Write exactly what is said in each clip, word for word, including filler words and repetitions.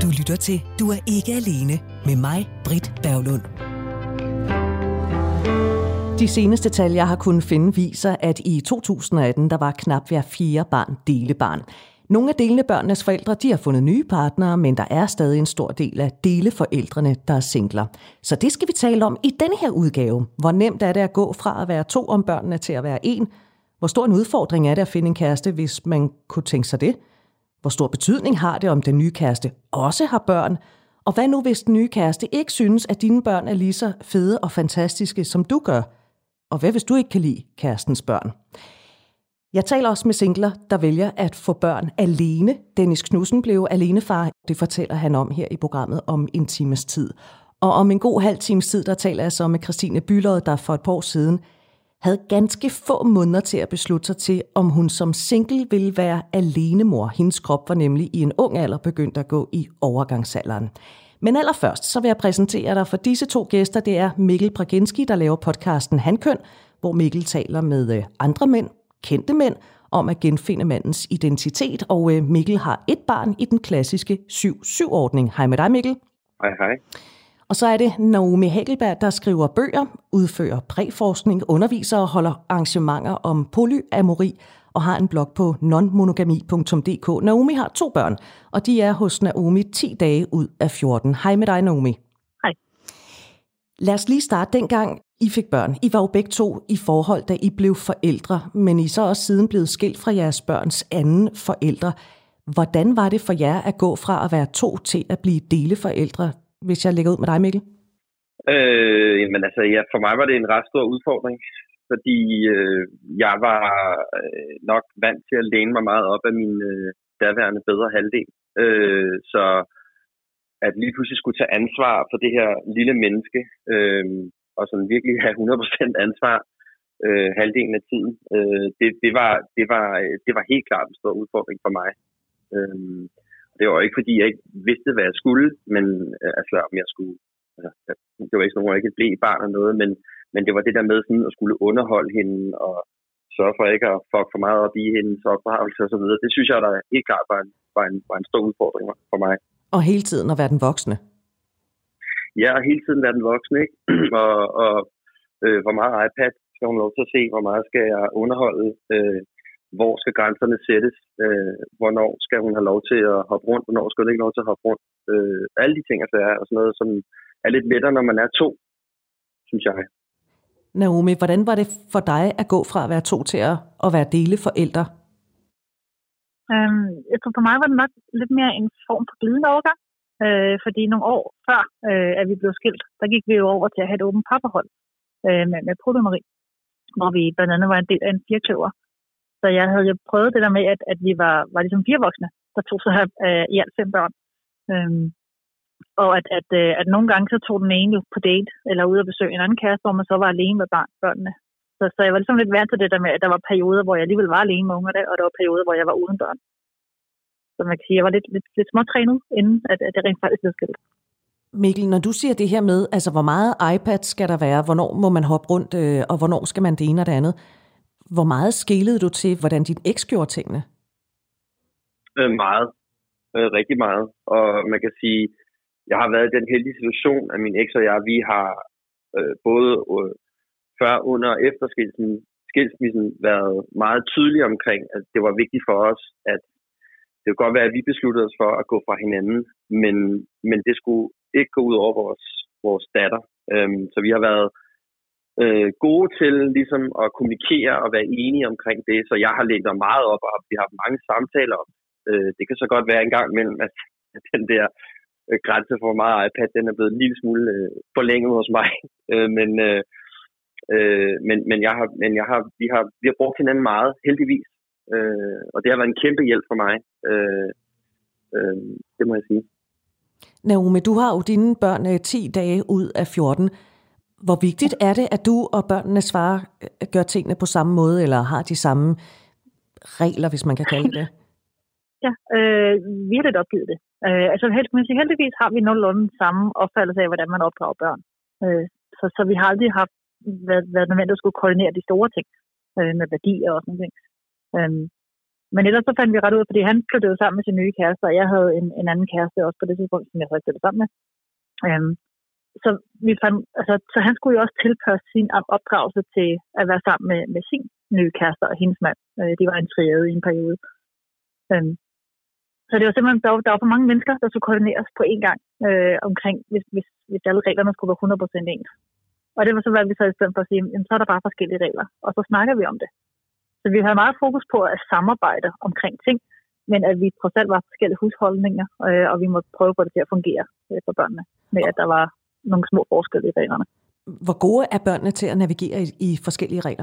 Du lytter til Du er ikke alene med mig, Britt Berglund. De seneste tal, jeg har kunnet finde, viser, at i to tusind atten, der var knap hver fjerde barn delebarn. Nogle af delende børnenes forældre, de har fundet nye partnere, men der er stadig en stor del af deleforældrene, der er singler. Så det skal vi tale om i denne her udgave. Hvor nemt er det at gå fra at være to om børnene til at være en? Hvor stor en udfordring er det at finde en kæreste, hvis man kunne tænke sig det? Hvor stor betydning har det, om den nye kæreste også har børn? Og hvad nu, hvis den nye kæreste ikke synes, at dine børn er lige så fede og fantastiske, som du gør? Og hvad hvis du ikke kan lide kærestens børn? Jeg taler også med singler, der vælger at få børn alene. Dennis Knudsen blev alenefar. Det fortæller han om her i programmet om en times tid. Og om en god halv times tid, der taler jeg så med Christine Bylod, der for et par år siden havde ganske få måneder til at beslutte sig til, om hun som single ville være alenemor. Hendes krop var nemlig i en ung alder begyndt at gå i overgangsalderen. Men allerførst så vil jeg præsentere dig for disse to gæster. Det er Mikkel Braginski, der laver podcasten Hankøn, hvor Mikkel taler med andre mænd, kendte mænd, om at genfinde mandens identitet. Og Mikkel har et barn i den klassiske syv syv-ordning. Hej med dig, Mikkel. Hej, hej. Og så er det Naomi Hagelberg, der skriver bøger, udfører præforskning, underviser og holder arrangementer om polyamori og har en blog på nonmonogami punktum d k. Naomi har to børn, og de er hos Naomi ti dage ud af fjorten. Hej med dig, Naomi. Hej. Lad os lige starte dengang I fik børn. I var jo begge to i forhold, da I blev forældre, men I så også siden blevet skilt fra jeres børns anden forældre. Hvordan var det for jer at gå fra at være to til at blive deleforældre, hvis jeg lægger ud med dig, Mikkel? Øh, men altså, ja, for mig var det en ret stor udfordring, fordi øh, jeg var øh, nok vant til at læne mig meget op af min øh, daværende bedre halvdel. Øh, så at lige pludselig skulle tage ansvar for det her lille menneske, øh, og sådan virkelig have hundrede procent ansvar øh, halvdelen af tiden, øh, det, det, var, det, var, det var helt klart en stor udfordring for mig. Øh, Det var ikke, fordi jeg ikke vidste, hvad jeg skulle, men altså, om jeg skulle, altså, det var ikke sådan, at jeg ikke blev barn eller noget, men, men det var det der med sådan at skulle underholde hende og sørge for ikke at fuck for meget op i hendes opdragelse og så videre. Det synes jeg, der helt klart var en, var en, var en stor udfordring for mig. Og hele tiden at være den voksne? Ja, og hele tiden være den voksne, ikke? og og øh, hvor meget iPad skal hun lov til at se, hvor meget skal jeg underholde, øh, hvor skal grænserne sættes, øh, hvornår skal hun have lov til at hoppe rundt, hvornår skal hun ikke lov til at hoppe rundt. Øh, alle de ting, altså er og sådan noget, som er lidt lettere, når man er to, synes jeg. Naomi, hvordan var det for dig at gå fra at være to til at, at være deleforældre? Um, jeg tror for mig var det nok lidt mere en form for glidende overgang, øh, fordi nogle år før, øh, at vi blev skilt, der gik vi jo over til at have et åbent parforhold øh, med, med polyamori, hvor vi blandt andet var en del af en firkløver. Så jeg havde jo prøvet det der med, at, at vi var, var ligesom fire voksne, der tog sig her øh, i alt fem børn. Øhm, og at, at, øh, at nogle gange så tog den ene jo på date, eller ude at besøge en anden kæreste, hvor man så var alene med barn, børnene. Så, så jeg var ligesom lidt vant til det der med, at der var perioder, hvor jeg alligevel var alene med ungerne, og der var perioder, hvor jeg var uden børn. Så man kan sige, at jeg var lidt, lidt, lidt småtrænet, inden at, at det rent faktisk blev skilt. Mikkel, når du siger det her med, altså hvor meget iPad skal der være, hvornår må man hoppe rundt, øh, og hvornår skal man det ene og det andet, hvor meget skelede du til, hvordan din eks gjorde tingene? Øh, meget. Øh, rigtig meget. Og man kan sige, jeg har været i den heldige situation, at min eks og jeg, vi har øh, både øh, før, under og efter skilsmissen, skilsmissen været meget tydelige omkring, at det var vigtigt for os, at det kunne godt være, at vi besluttede os for at gå fra hinanden, men, men det skulle ikke gå ud over vores, vores datter. Øhm, så vi har været øh, gode til ligesom at kommunikere og være enige omkring det, så jeg har lænt mig meget op, og vi har haft mange samtaler om. Øh, det kan så godt være en gang imellem, at, at den der øh, grænse for meget iPad, den er blevet en lille smule øh, forlænget hos mig. øh, men, øh, øh, men, men, jeg har, men jeg har, vi, har, vi har brugt hinanden meget, heldigvis. Øh, og det har været en kæmpe hjælp for mig. Øh, øh, det må jeg sige. Naomi, du har jo dine børn øh, ti dage ud af fjorten. Hvor vigtigt er det, at du og børnenes far gør tingene på samme måde, eller har de samme regler, hvis man kan kalde det? Ja, øh, vi har lidt opgivet det. Øh, altså helst, man siger, heldigvis har vi nogenlunde samme opfattelse af, hvordan man opdrager børn. Øh, så, så vi har aldrig haft været, været nødvendigt at skulle koordinere de store ting øh, med værdier og sådan noget. Øh, Men ellers så fandt vi ret ud, fordi han flyttede sammen med sin nye kæreste, og jeg havde en, en anden kæreste også på det tidspunkt, som jeg så ikke flyttede sammen med. Øhm, så, vi fandt, altså, så han skulle jo også tilpasse sin opdragelse til at være sammen med, med sin nye kæreste og hendes mand. Øh, de var en triade i en periode. Øhm, så det var simpelthen, der var, der var for mange mennesker, der skulle koordineres på én gang øh, omkring, hvis, hvis, hvis alle reglerne skulle være hundrede procent ens. Og det var så, hvad vi så i stedet for at sige, jamen, så er der bare forskellige regler, og så snakker vi om det. Så vi havde meget fokus på at samarbejde omkring ting, men at vi trods alt var forskellige husholdninger, øh, og vi måtte prøve på det til at fungere øh, for børnene, med at der var nogle små forskelle i reglerne. Hvor gode er børnene til at navigere i, i forskellige regler?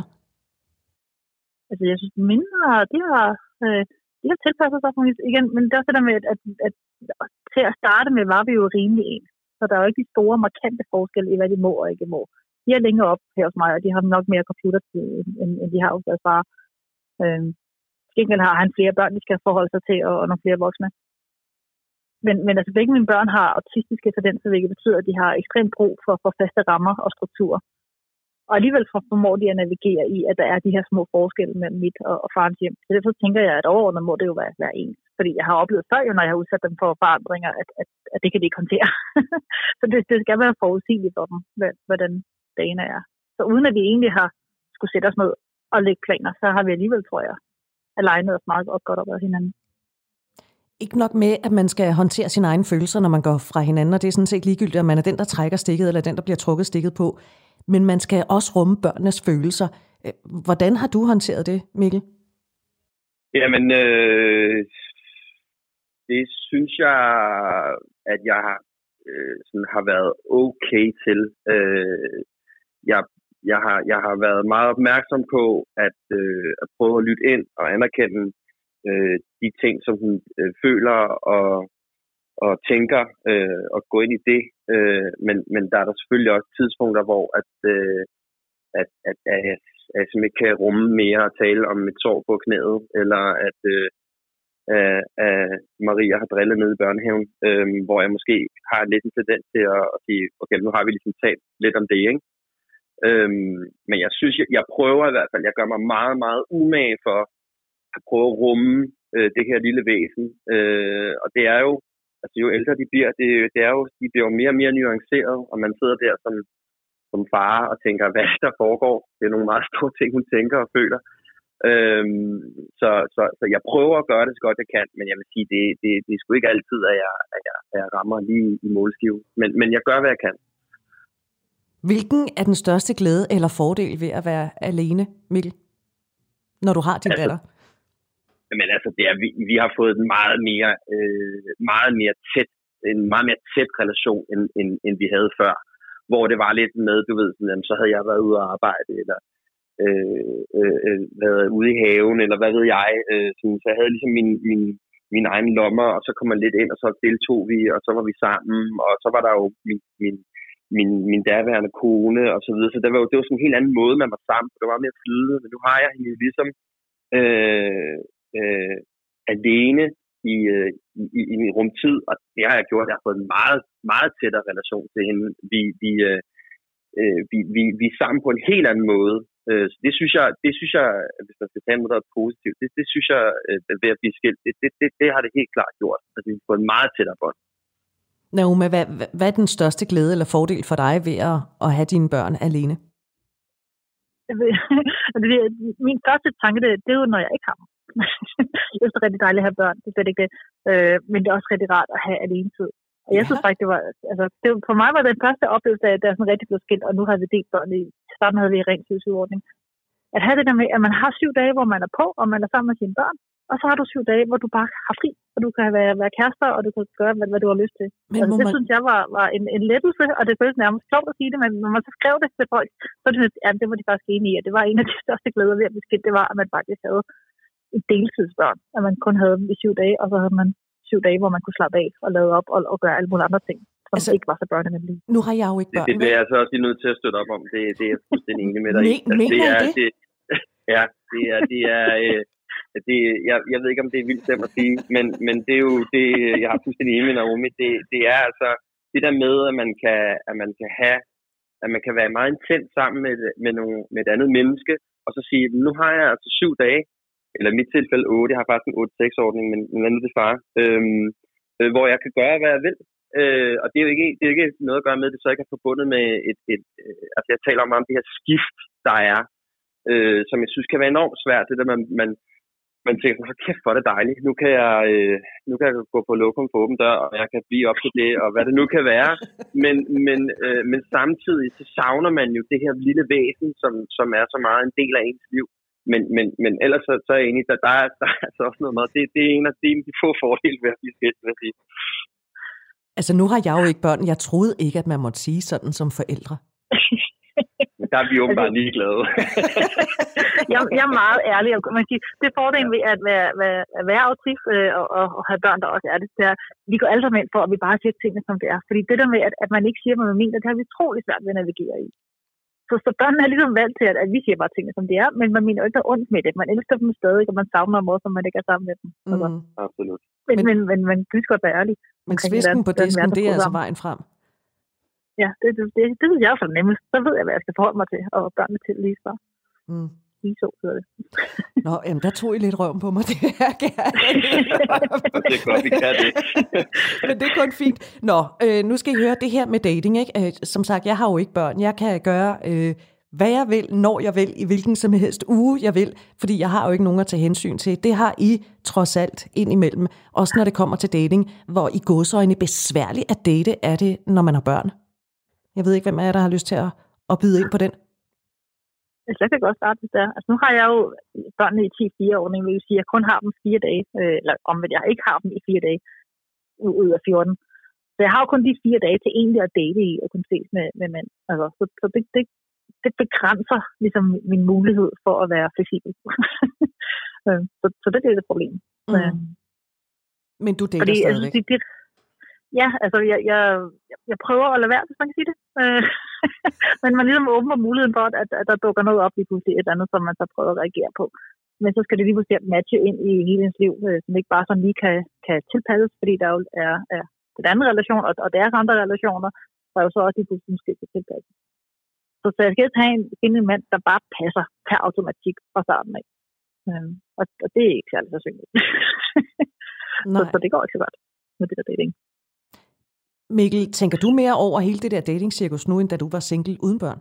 Altså, jeg synes, mine har, de har, øh, de har tilpasset sig igen, men det er også det der med, at, at, at til at starte med, var vi jo rimelig ens. Så der er jo ikke de store, markante forskelle i, hvad de må og ikke må. De er længere op her hos mig, og de har nok mere computertid, end, end de har hos deres far. Øh, Til har han flere børn, de skal forholde sig til, og, og nogle flere voksne. Men, men altså, begge mine børn har autistiske tendenser, hvilket betyder, at de har ekstremt brug for, for faste rammer og strukturer. Og alligevel formår de at navigere i, at der er de her små forskelle mellem mit og, og farens hjem. Så derfor tænker jeg, at overordnet må det jo være, være ens. Fordi jeg har oplevet før, jo, når jeg har udsat dem for forandringer, at, at, at det kan de ikke håndtere. Så det, det skal være forudsigeligt for dem, hvordan dagene er. Så uden at vi egentlig har skulle sætte os ned og lægge planer, så har vi alligevel, tror jeg, alignet os meget godt op ad hinanden. Ikke nok med, at man skal håndtere sine egne følelser, når man går fra hinanden, og det er sådan set ligegyldigt, om man er den, der trækker stikket, eller den, der bliver trukket stikket på. Men man skal også rumme børnenes følelser. Hvordan har du håndteret det, Mikkel? Jamen, øh, det synes jeg, at jeg øh, sådan har været okay til. Øh, jeg, jeg, har, jeg har været meget opmærksom på at, øh, at prøve at lytte ind og anerkende øh, de ting, som hun øh, føler og, og tænker, øh, og gå ind i det. Øh, men, men der er der selvfølgelig også tidspunkter, hvor at, øh, at, at, at, jeg, at jeg simpelthen ikke kan rumme mere at tale om et sår på knæet, eller at, øh, at, at Maria har drillet ned i børnehaven, øh, hvor jeg måske har lidt en tendens til at, at sige, okay, nu har vi ligesom talt lidt om det, ikke? Øhm, men jeg synes, jeg, jeg prøver i hvert fald, jeg gør mig meget, meget umage for at prøve at rumme øh, det her lille væsen. Øh, og det er jo, altså jo ældre de bliver, det, det er jo, de bliver jo mere og mere nuanceret, og man sidder der som, som far og tænker, hvad der foregår. Det er nogle meget store ting, hun tænker og føler. Øhm, så, så, så jeg prøver at gøre det så godt jeg kan, men jeg vil sige, det, det, det er sgu ikke altid, at jeg, at jeg, at jeg rammer lige i målskive. Men, men jeg gør, hvad jeg kan. Hvilken er den største glæde eller fordel ved at være alene, Mikkel, når du har din altså, datter? Men altså, det er, vi, vi har fået en meget mere, øh, meget mere tæt, en meget mere tæt relation, end, end, end vi havde før. Hvor det var lidt med, du ved, sådan, så havde jeg været ude at arbejde, eller øh, øh, været ude i haven, eller hvad ved jeg. Øh, sådan, så jeg havde ligesom min, min, min egen lommer, og så kom man lidt ind, og så deltog vi, og så var vi sammen, og så var der jo min, min min, min daværende kone og så videre. Så det var jo det var sådan en helt anden måde, man var sammen, for det var mere flydende. Men nu har jeg hende jo ligesom øh, øh, alene i, øh, i, i min rumtid, og det har jeg gjort. Jeg har fået en meget, meget tættere relation til hende. Vi, vi, øh, vi, vi, vi er sammen på en helt anden måde. Øh, så det synes jeg, det synes jeg, hvis man skal tage noget, der er positivt, det, det synes jeg, øh, ved at blive skilt, det, det, det, det har det helt klart gjort. Altså, vi har fået en meget tættere bånd. Naoma, hvad, hvad er den største glæde eller fordel for dig ved at, at have dine børn alene? Min første tanke, det, det er jo, når jeg ikke har dem. Det er så rigtig dejligt at have børn, det er slet ikke det. Øh, men det er også rigtig rart at have alene tid. Og jeg ja. synes faktisk, det var, altså, det, for mig var det den første oplevelse af, at det er sådan rigtig blevet skilt, og nu har vi delt børn i, starten havde vi en ren syv-syv-ordning. At have det der med, at man har syv dage, hvor man er på, og man er sammen med sine børn, og så har du syv dage, hvor du bare har fri, og du kan være, være kærester, og du kan gøre, hvad, hvad du har lyst til. Altså, det man... synes jeg var, var en, en lettelse, og det føles nærmest sjovt at sige det, men når man så skrev det til folk, så det, ja, det var de faktisk enige i, at det var en af de største glæder ved at blive skilt, det var, at man faktisk havde et deltidsbørn, at man kun havde dem i syv dage, og så havde man syv dage, hvor man kunne slappe af og lade op og, og gøre alle mulige andre ting, som altså, ikke var så børnevenlige. Nu har jeg jo ikke børn. Det, det bliver jeg så også lige nødt til at støtte op om. Det, det er jeg fuldstændig enig med dig i. Altså, det er det? det? Ja, det er... Det er øh, det, jeg, jeg ved ikke, om det er vildt stemt at sige, men, men det er jo det, jeg har fuldstændig enig med Naomi. Det, det er altså det der med, at man kan, at man kan have, at man kan være meget intens sammen med, med, nogle, med et andet menneske, og så sige, nu har jeg altså syv dage, eller i mit tilfælde otte, jeg har faktisk en otte seks ordning, men en anden til far, øhm, øh, hvor jeg kan gøre, hvad jeg vil. Øh, og det er jo ikke, det er ikke noget at gøre med, at det så ikke er forbundet med et, et, et altså jeg taler om, om det her skift, der er, øh, som jeg synes kan være enormt svært, det der man, man, man tænker, så kæft, hvor er det dejligt, nu kan jeg, øh, nu kan jeg gå på lokum for åben dør, og jeg kan blive op til det, og hvad det nu kan være, men, men, øh, men samtidig så savner man jo det her lille væsen, som, som er så meget en del af ens liv. Men, men, men ellers så, så er jeg enig, at der, der, er, der er altså også noget meget. Det, det er en af de, de få fordele ved at blive skilt, vil jeg sige. Altså nu har jeg jo ikke børn. Jeg troede ikke, at man måtte sige sådan som forældre. Men der er vi åbenbart altså, ligeglade. jeg, jeg er meget ærlig. Man siger, det er fordelen ved at være, være, være autist øh, og, og, og have børn, der også er det. det er, vi går alle sammen ind for, at vi bare siger tingene, som det er. Fordi det der med, at, at man ikke siger, hvad man mener, det har vi utrolig svært ved at navigere i. Så, så børnene er ligesom vant til, at, at vi siger bare tingene, som det er, men man mener jo ikke noget ondt med det. Man elsker dem stadig, og man savner dem også, som man ikke er sammen med dem. Altså. Mm. Absolut. Men, men, men man kan godt være ærlig. Men svisken på disken, det er altså vejen frem. Ja, det, det, det, det ved jeg jo så nemmest. Så ved jeg, hvad jeg skal forholde mig til, og børnene til lige så. Mm. Lige så, hedder det. Nå, jamen, der tog I lidt røven på mig, det er gerne. Det er godt, vi kan det. Men det er kun fint. Nå, øh, nu skal I høre det her med dating, ikke? Øh, som sagt, jeg har jo ikke børn. Jeg kan gøre, øh, hvad jeg vil, når jeg vil, i hvilken som helst uge jeg vil, fordi jeg har jo ikke nogen at tage hensyn til. Det har I trods alt indimellem, også når det kommer til dating, hvor i gåseøjne besværligt at date er det, når man har børn. Jeg ved ikke, hvem af jer, der har lyst til at, at byde ind på den. Altså, jeg kan godt starte, hvis det er. Altså, nu har jeg jo børnene i ti fire-ordning, vil jeg sige, at jeg kun har dem fire dage, øh, eller om jeg ikke har dem i fire dage, ud af fjorten. Så jeg har jo kun de fire dage til egentlig at date i, og kunne ses med, med mænd. Altså, så så det, det, det begrænser ligesom min mulighed for at være fleksibel. så, så det er det problem. Mm. Men du dater Fordi, stadigvæk? Altså, det, det, ja, altså jeg, jeg, jeg prøver at lade være, hvis man kan sige det. Men man ligesom åbner muligheden for, at, at der dukker noget op i pludselig et andet, som man så prøver at reagere på. Men så skal det lige pludselig matche ind i hele ens liv, som ikke bare sådan lige kan, kan tilpasses, fordi der jo er, er den anden relation, og, og deres andre relationer, der er jo så også lige pludselig måske til tilpasses. Så, så jeg skal ikke have en, finde en mand, der bare passer per automatik fra starten af. Um, og, og det er ikke særlig sandsynligt. så, så det går ikke så godt med det der dating. Mikkel, tænker du mere over hele det der dating-cirkus nu, end da du var single uden børn?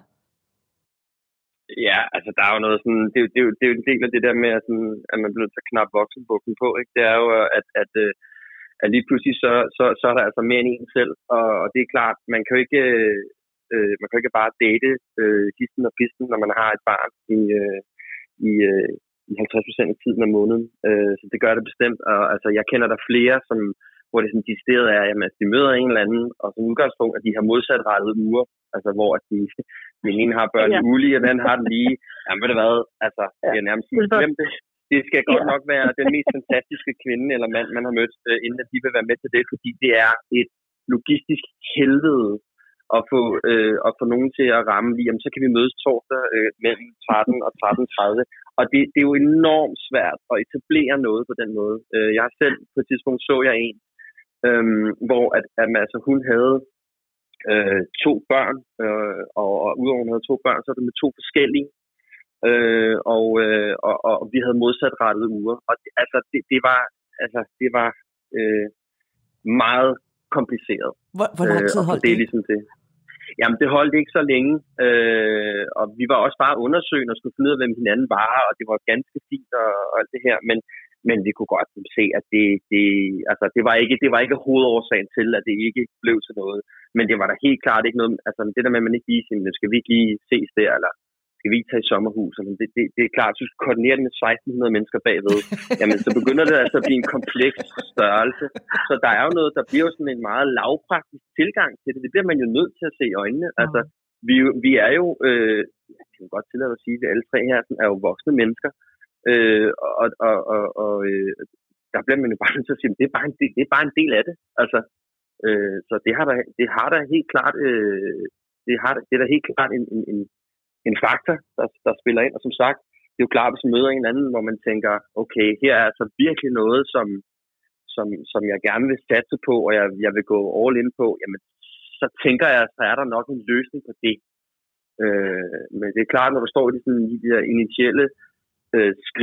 Ja, altså der er jo noget sådan, det er jo, det er jo, det er jo en del af det der med, at, sådan, at man bliver nødt til at knappe voksenbuksen på, ikke? Det er jo, at, at, at lige pludselig så, så, så er der altså mere end en selv, og, og det er klart, man kan jo ikke, øh, man kan jo ikke bare date øh, gisten og pisten, når man har et barn i, øh, i, øh, i halvtreds procent af tiden af måneden, øh, så det gør det bestemt, og altså jeg kender der flere, som hvor det sådan decideret er, at de møder en eller anden, og som udgangspunkt, at de har modsatrettede uger, altså hvor at de, den ene har børn ja. i ulige, og den anden har den lige. Jamen ved du hvad, altså, jeg er nærmest sige, glem det. Det skal godt nok være den mest fantastiske kvinde eller mand, man har mødt, inden at de vil være med til det, fordi det er et logistisk helvede at få, øh, at få nogen til at ramme lige, jamen så kan vi mødes torsdag øh, mellem tretten og tretten tredive, og det, det er jo enormt svært at etablere noget på den måde. Jeg har selv, på et tidspunkt så jeg en, Øhm, hvor at, at altså, hun havde øh, to børn, øh, og, og udover hun havde to børn, så var det med to forskellige, øh, og, øh, og, og vi havde modsatrettede uger. Og det, altså, det, det var, altså, det var øh, meget kompliceret. Hvor, hvor lang tid holdt øh, det? Er ligesom det? Jamen, det holdt ikke så længe, øh, og vi var også bare undersøgende og skulle finde ud af, hvem hinanden var, og det var ganske fint og, og alt det her, men Men vi kunne godt se, at det, det, altså det, var ikke, det var ikke hovedårsagen til, at det ikke blev til noget. Men det var da helt klart ikke noget, altså det der med, at man ikke lige siger, skal vi ikke lige ses der, eller skal vi ikke tage i sommerhus? Det, det, det er klart, at du skal koordinere det med seksten hundrede mennesker bagved. Jamen, så begynder det altså at blive en kompleks størrelse. Så der er jo noget, der bliver jo sådan en meget lavpraktisk tilgang til det. Det bliver man jo nødt til at se i øjnene. Altså, vi, vi er jo, øh, jeg kan godt tillade at sige, at alle tre her er jo voksne mennesker. Øh, og og, og, og øh, der bliver man jo bare nødt til at sige, at det er bare en del, det er bare en del af det. Altså, øh, så det har der, det har der helt klart, øh, det har det er der helt klart en, en, en faktor, der, der spiller ind. Og som sagt, det er jo klart, hvis man møder en eller anden, hvor man tænker, okay, her er altså virkelig noget, som, som, som jeg gerne vil satse på, og jeg, jeg vil gå all in på, jamen, så tænker jeg, så er der nok en løsning på det. Øh, men det er klart, når du står i de, sådan, de der initielle skridt,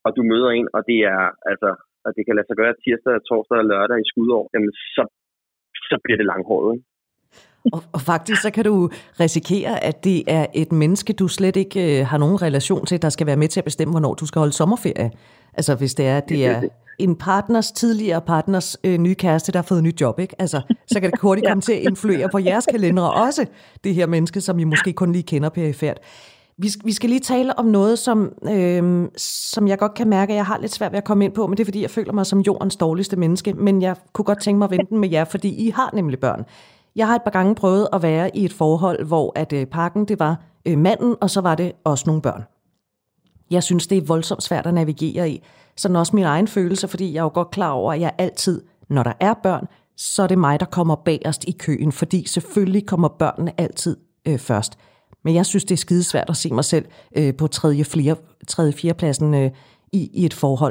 og du møder en, og det er, altså, og det kan lade sig gøre tirsdag, torsdag og lørdag i skudår, jamen så, så bliver det langhåret, ikke? Og, og faktisk så kan du risikere, at det er et menneske, du slet ikke øh, har nogen relation til, der skal være med til at bestemme, hvornår du skal holde sommerferie. Altså hvis det er, det er en partners, tidligere partners øh, nye kæreste, der har fået et nyt job, ikke? Altså, så kan det hurtigt komme til at influere på jeres kalendere også, det her menneske, som I måske kun lige kender perifært. Vi, vi skal lige tale om noget, som, øh, som jeg godt kan mærke, at jeg har lidt svært ved at komme ind på, men det er, fordi jeg føler mig som jordens dårligste menneske, men jeg kunne godt tænke mig at vente med jer, fordi I har nemlig børn. Jeg har et par gange prøvet at være i et forhold, hvor at øh, pakken, det var øh, manden, og så var det også nogle børn. Jeg synes, det er voldsomt svært at navigere i. Sådan også min egen følelse, fordi jeg er jo godt klar over, at jeg altid, når der er børn, så er det mig, der kommer bagerst i køen, fordi selvfølgelig kommer børnene altid øh, først. Men jeg synes, det er skidesvært at se mig selv øh, på tredje, flere, tredje fjerde pladsen øh, i, i et forhold.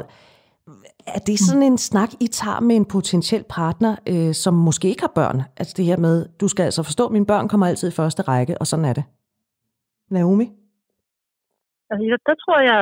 Er det sådan en snak, I tager med en potentiel partner, øh, som måske ikke har børn? Altså det her med, du skal altså forstå, at mine børn kommer altid i første række, og sådan er det. Naomi? Altså, der tror jeg,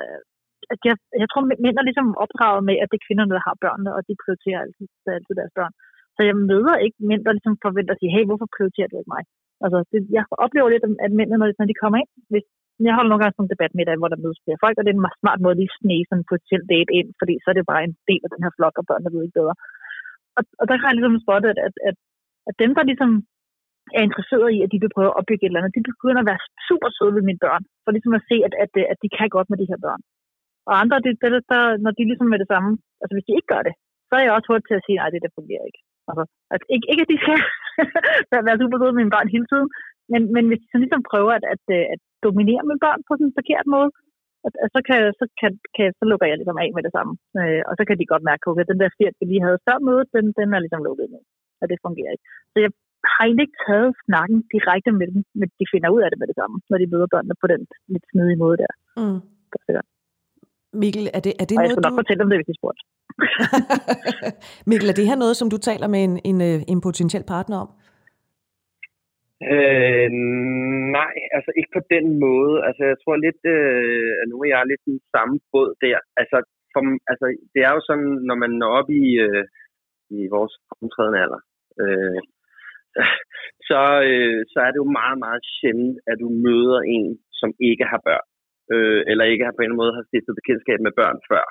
at jeg, jeg tror, mænd er ligesom opdraget med, at det er kvinderne, der har børnene, og de prioriterer altid, altid deres børn. Så jeg møder ikke mænd, der ligesom forventer at sige, hey, hvorfor prioriterer du ikke mig? Altså, det, jeg oplever lidt, at mændene, når de kommer ind, hvis jeg holder nogle gange sådan en debat med dig, hvor der mødes flere folk, og det er en meget smart måde at lige snige sådan en potentiel date ind, fordi så er det bare en del af den her flok, og børnene ved ikke bedre. Og, og der har jeg ligesom spottet, at, at, at, at dem, der ligesom er interesseret i, at de vil prøve at opbygge et eller andet, de begynder at være super søde ved mine børn, for ligesom at se, at, at, at de kan godt med de her børn. Og andre, det, det, der, når de ligesom med det samme, altså hvis de ikke gør det, så er jeg også hurtigt til at sige, nej, det der fungerer ikke. Altså, at, ikke, ikke at de skal være super søde med mine børn hele tiden, men, men hvis de så ligesom prøver at, at, at dominere mine børn på sådan en forkert måde, at, at så, kan, så, kan, kan, så lukker jeg ligesom af med det samme. Øh, og så kan de godt mærke, at den der fjert, vi lige havde før mødet, den, den er ligesom lukket nu. Og det fungerer ikke. Så jeg har egentlig ikke taget snakken direkte med dem, men de finder ud af det med det samme, når de møder børnene på den lidt smidige måde der. Mm. Mikkel, er det, er det og noget, jeg skulle nok du... fortælle dem det, hvis de spurgte. Mikkel, er det her noget, som du taler med en, en, en potentiel partner om? Øh, nej, altså ikke på den måde. Altså jeg tror lidt, øh, at nu er jeg lidt i den samme båd der. Altså, for, altså det er jo sådan, når man når op i, øh, i vores fremtrædende alder, øh, så, øh, så er det jo meget, meget sjældent, at du møder en, som ikke har børn. Øh, eller ikke har på en måde har stiftet bekendtskab med børn før.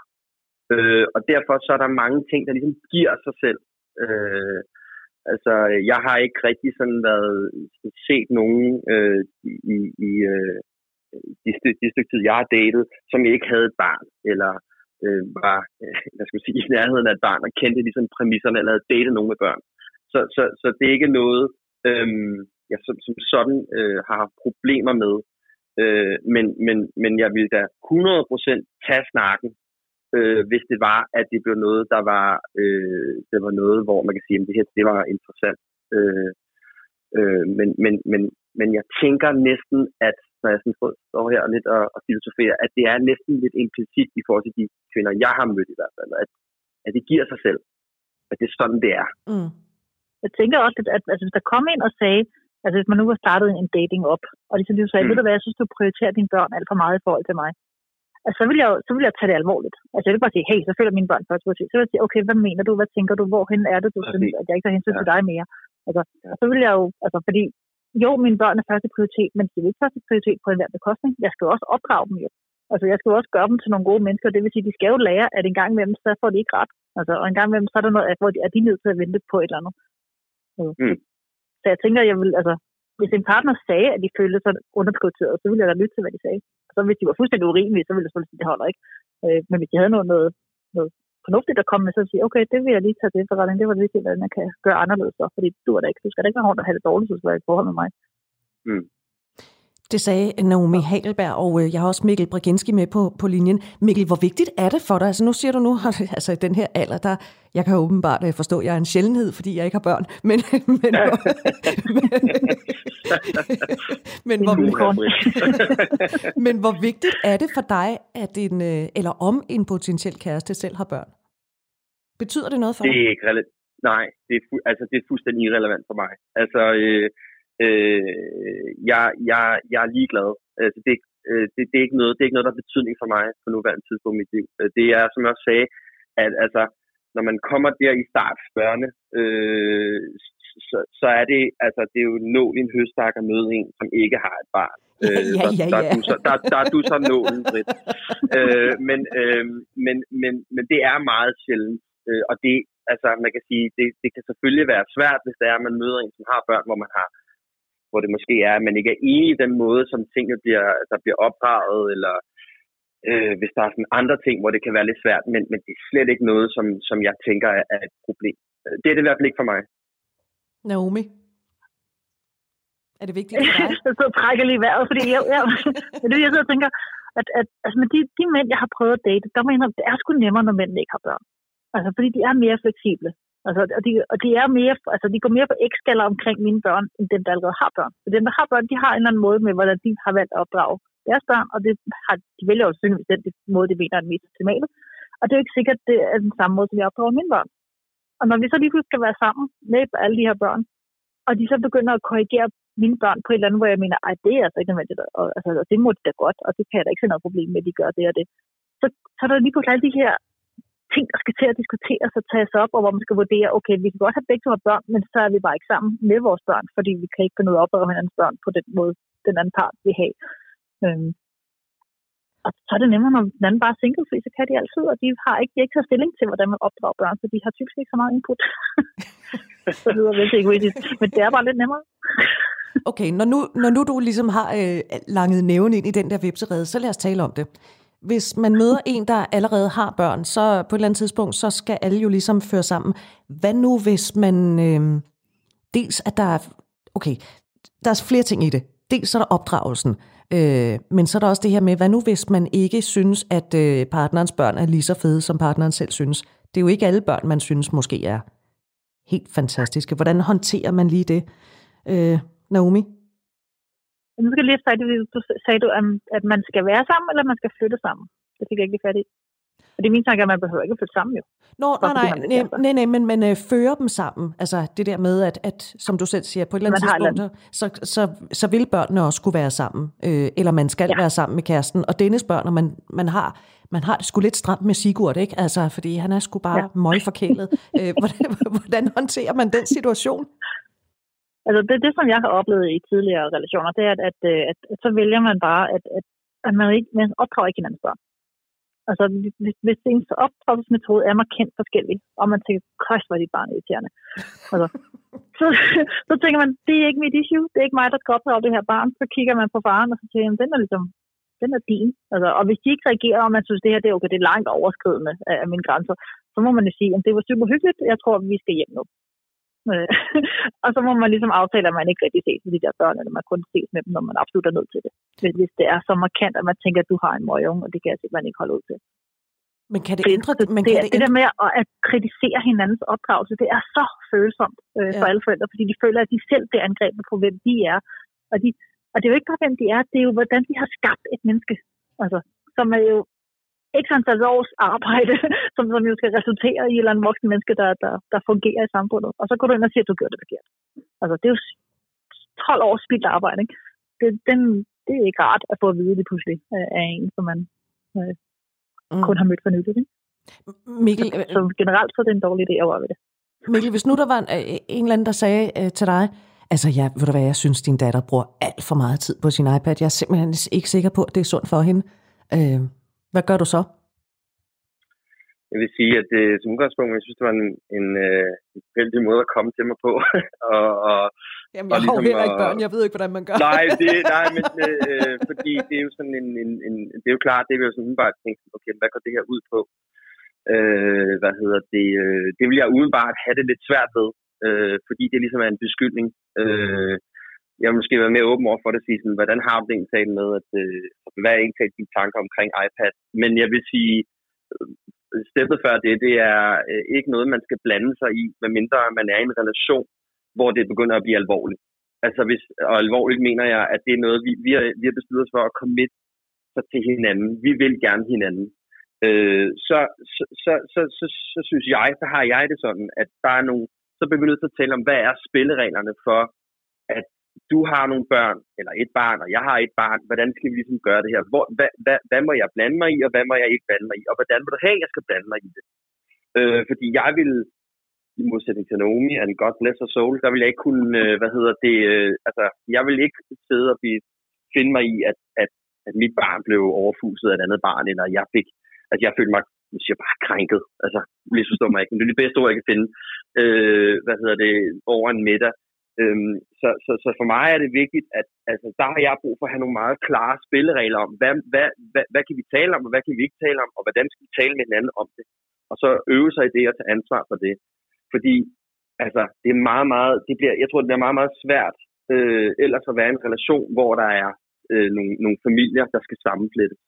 Øh, og derfor så er der mange ting, der ligesom giver sig selv. Øh, altså, jeg har ikke rigtig sådan været set nogen øh, i, i øh, de, styk, de stykke tid, jeg har datet, som ikke havde et barn, eller øh, var øh, hvad skal jeg sige, i nærheden af et barn, og kendte ligesom præmisserne, eller havde datet nogen med børn. Så, så, så det er ikke noget, øh, jeg som, som sådan øh, har haft problemer med. Øh, men, men, men jeg ville da hundrede procent tage snakken, øh, hvis det var, at det blev noget, der var, øh, det var noget, hvor man kan sige, at det her det var interessant. Øh, øh, men, men, men, men jeg tænker næsten, at når jeg sådan står her lidt og, og filosoferer, at det er næsten lidt implicit i forhold til de kvinder, jeg har mødt i hvert fald, at, at det giver sig selv, at det er sådan, det er. Mm. Jeg tænker også, at, at altså, hvis der kom ind og sagde, altså hvis man nu har startet en dating op, og ligesom du sagde, mm. ved du hvad, jeg synes, du prioriterer dine børn alt for meget i forhold til mig. Altså, så vil jeg, så vil jeg tage det alvorligt. Altså, jeg vil bare sige, hey, så følger mine børn først. Så vil jeg sige, okay, hvad mener du? Hvad tænker du? Hvorhen er det, du okay. synes, at jeg ikke tager hensyn ja. til dig mere? Altså, og så vil jeg jo, altså, fordi, jo, mine børn er første prioritet, men det er ikke første prioritet på enhver bekostning. Jeg skal jo også opdrage dem jo. Altså, jeg skal jo også gøre dem til nogle gode mennesker. Det vil sige, de skal jo lære, at en gang imellem, så får de ikke ret. Altså, og en gang imellem, så er der noget, hvor de er de nødt til at vente på et eller andet. Mm. Så jeg tænker, jeg vil, altså, hvis en partner sagde, at de følte sig underprioriteret, så ville jeg da lytte til, hvad de sagde. Så hvis de var fuldstændig urimelige, så ville jeg selvfølgelig sige, at det holder ikke. Øh, men hvis de havde noget, noget, noget fornuftigt at komme med, så ville jeg sige, okay, det vil jeg lige tage til efterretning. Det var det vigtigt, hvordan jeg kan gøre anderledes så, fordi du er da ikke. Du skal da ikke være rundt og have det dårligt, så skal være i forhold med mig. Mm. Det sagde Naomi Hagelberg, og jeg har også Mikkel Breginski med på, på linjen. Mikkel, hvor vigtigt er det for dig? Altså nu siger du nu, altså i den her alder, der, jeg kan åbenbart forstå, at jeg er en sjældenhed, fordi jeg ikke har børn, men, men, ja. men, hvor, men hvor vigtigt er det for dig, at en, eller om en potentiel kæreste selv har børn? Betyder det noget for dig? Det er ikke relevant. Nej, det er, fu- altså, det er fuldstændig irrelevant for mig. Altså, øh, Øh, jeg, jeg, jeg er ligeglad. Altså, det, øh, det, det, er ikke noget, det er ikke noget, der har betydning for mig på nuværende tidspunkt i mit liv. Det er, som jeg også sagde, at altså, når man kommer der i startspørgende, øh, så, så er det, altså, det er jo nål i en høstak at møde en, som ikke har et barn. Ja, ja, ja, ja. Der, der, er du så, der, der er du så nålen, Britt. øh, men, øh, men, men, men det er meget sjældent. Øh, og det, altså, man kan sige, det, det kan selvfølgelig være svært, hvis det er, at man møder en, som har børn, hvor man har, hvor det måske er, at man ikke er enig i den måde, som tingene bliver, der bliver opdraget, eller øh, hvis der er sådan andre ting, hvor det kan være lidt svært, men, men det er slet ikke noget, som, som jeg tænker er, er et problem. Det er det i hvert fald ikke for mig. Naomi? Er det vigtigt for dig? Jeg sidder og trækker lige vejret, fordi jeg, jeg, det er jeg sidder og tænker, at, at altså med de, de mænd, jeg har prøvet at date, der mener det er sgu nemmere, når mænd ikke har børn. Altså, fordi de er mere fleksible. Altså, og de, og de er mere, altså, de går mere på x-skaller omkring mine børn, end dem, der allerede har børn. Så dem, der har børn, de har en eller anden måde med, hvordan de har valgt at opdrage deres børn, og det har, de vælger jo synligvis den måde, de mener er den mest optimale. Og det er jo ikke sikkert, det er den samme måde, som jeg opdrager mine børn. Og når vi så lige pludselig skal være sammen med alle de her børn, og de så begynder at korrigere mine børn på et eller andet, hvor jeg mener, ej, det er altså ikke nødvendigt, og, altså, og det må de da godt, og det kan jeg da ikke se noget problem med, at de gør det og det. Så, så er der lige pludselig alle de her ting, der skal til at diskuteres og tages op, og hvor man skal vurdere, okay, vi kan godt have begge to have børn, men så er vi bare ikke sammen med vores børn, fordi vi kan ikke finde ud af at opdrage hinandens børn på den måde, den anden part vil have. Øhm. Og så er det nemmere, når den anden bare er single, fordi så kan de altid, og de har ikke, de ikke taget stilling til, hvordan man opdrager børn, så de har typisk ikke så meget input. Så det er veldig egoistisk, men det er bare lidt nemmere. Okay, når nu, når nu du ligesom har øh, langet næven ind i den der vipserede, så lad os tale om det. Hvis man møder en, der allerede har børn, så på et eller andet tidspunkt, så skal alle jo ligesom føre sammen. Hvad nu, hvis man... Øh, dels, at der er... Okay, der er flere ting i det. Dels er der opdragelsen, øh, men så er der også det her med, hvad nu, hvis man ikke synes, at øh, partnerens børn er lige så fede, som partneren selv synes. Det er jo ikke alle børn, man synes måske er helt fantastiske. Hvordan håndterer man lige det, øh, Naomi? Nu skal jeg lige sige, du sagde du, at man skal være sammen, eller man skal flytte sammen. Det fik jeg ikke lige fat i. Og det er min tanke, at man behøver ikke at flytte sammen jo. Nå, nej, nej, nej, nej, nej, men man øh, fører dem sammen. Altså det der med, at, at som du selv siger, på et eller andet tidspunkt, så, så, så vil børnene også kunne være sammen. Øh, eller man skal ja. være sammen med kæresten. Og dennes børn, og man, man har... Man har det sgu lidt stramt med Sigurd, ikke? Altså, fordi han er sgu bare ja. møgforkælet. øh, hvordan, hvordan håndterer man den situation? Altså det, det, som jeg har oplevet i tidligere relationer, det er, at, at, at, at så vælger man bare, at, at, at man ikke man opdrager ikke hinandens børn. Altså hvis, hvis ens opdragelsesmetode er markant forskellig, og man tænker, køjs, hvor er dit barn irriterende. Altså, så, så tænker man, det er ikke mit issue, det er ikke mig, der skal opdrage det her barn. Så kigger man på faren, og så siger man, den er ligesom, den er din. Altså, og hvis de ikke reagerer, og man synes, det her det er, okay, det er langt overskridende af, af mine grænser, så må man jo sige, at det var super hyggeligt, jeg tror, vi skal hjem nu. Og så må man ligesom aftale, at man ikke rigtig ses med de der børn, eller man kun ses med dem, når man absolut er nødt til det. Hvis det er så markant, at man tænker, at du har en møgeunge, og det kan jeg se, at man ikke holder ud til. Men kan det ændre det? Men det, kan det, det der med at, at kritisere hinandens opdragelse, det er så følsomt øh, for ja. alle forældre, fordi de føler, at de selv bliver angrebet på, hvem de er. Og, de, og det er jo ikke bare, hvem de er, det er jo, hvordan de har skabt et menneske. Altså, som er jo ikke antal års arbejde, som, som jo skal resultere i et eller andet voksen menneske, der, der, der fungerer i samfundet. Og så går du ind og siger, at du gjorde det forkert. Altså, det er jo tolv års spildt arbejde, ikke? Det, den, det er ikke rart at få at vide det pludselig af en, som man øh, mm. kun har mødt for nyligt, ikke? Mikkel, så, så generelt så er det en dårlig idé at røre ved det. Mikkel, hvis nu der var en, en eller anden, der sagde øh, til dig, altså, ja, ved du hvad, jeg synes, din datter bruger alt for meget tid på sin iPad. Jeg er simpelthen ikke sikker på, at det er sundt for hende. Øh, Hvad gør du så? Jeg vil sige, at øh, som udgangspunkt, jeg synes, det var en, en, øh, en heldig måde at komme til mig på. og, og, Jamen, jeg og ligesom, har jo heller ikke børn, jeg ved ikke, hvordan man gør. nej, det, nej, men øh, fordi det er jo sådan en, en, en, det er jo klart, det er jo sådan umiddelbart tænkt, okay, hvad går det her ud på? Øh, hvad hedder det? Øh, det vil jeg umiddelbart have det lidt svært ved, øh, fordi det ligesom er en beskyldning. Øh, Jeg vil måske være mere åben over for det, at sige sådan, hvordan har du det egentlig med, at øh, hvad er egentlig dine tanker omkring iPad? Men jeg vil sige, øh, steppet før det, det er øh, ikke noget, man skal blande sig i, medmindre man er i en relation, hvor det begynder at blive alvorligt. Altså hvis, og alvorligt mener jeg, at det er noget, vi, vi, har, vi har besluttet os for at commit sig til hinanden. Vi vil gerne hinanden. Øh, så, så, så, så, så, så synes jeg, så har jeg det sådan, at der er nogle, så bliver vi nødt til at tale om, hvad er spillereglerne for, at du har nogle børn, eller et barn, og jeg har et barn, hvordan skal vi ligesom gøre det her? Hvor, hvad, hvad, hvad må jeg blande mig i, og hvad må jeg ikke blande mig i? Og hvordan vil du have, jeg skal blande mig i det? Øh, fordi jeg vil, i modsætning til Naomi, and God bless her soul, der vil jeg ikke kunne, øh, hvad hedder det, øh, altså, jeg vil ikke sidde og blive, finde mig i, at, at, at mit barn blev overfuset af et andet barn, eller jeg fik, at jeg følte mig, jeg siger bare krænket, altså, misforstår mig ikke, men det er det bedste ord, jeg kan finde, øh, hvad hedder det, over en middag. Øhm, så, så, så for mig er det vigtigt, at altså, der har jeg brug for at have nogle meget klare spilleregler om, hvad, hvad, hvad, hvad kan vi tale om, og hvad kan vi ikke tale om, og hvordan skal vi tale med hinanden om det. Og så øve sig i det og tage ansvar for det. Fordi altså, det er meget, meget, det bliver, jeg tror, det bliver meget, meget svært øh, ellers at være en relation, hvor der er øh, nogle, nogle familier, der skal sammenflettes.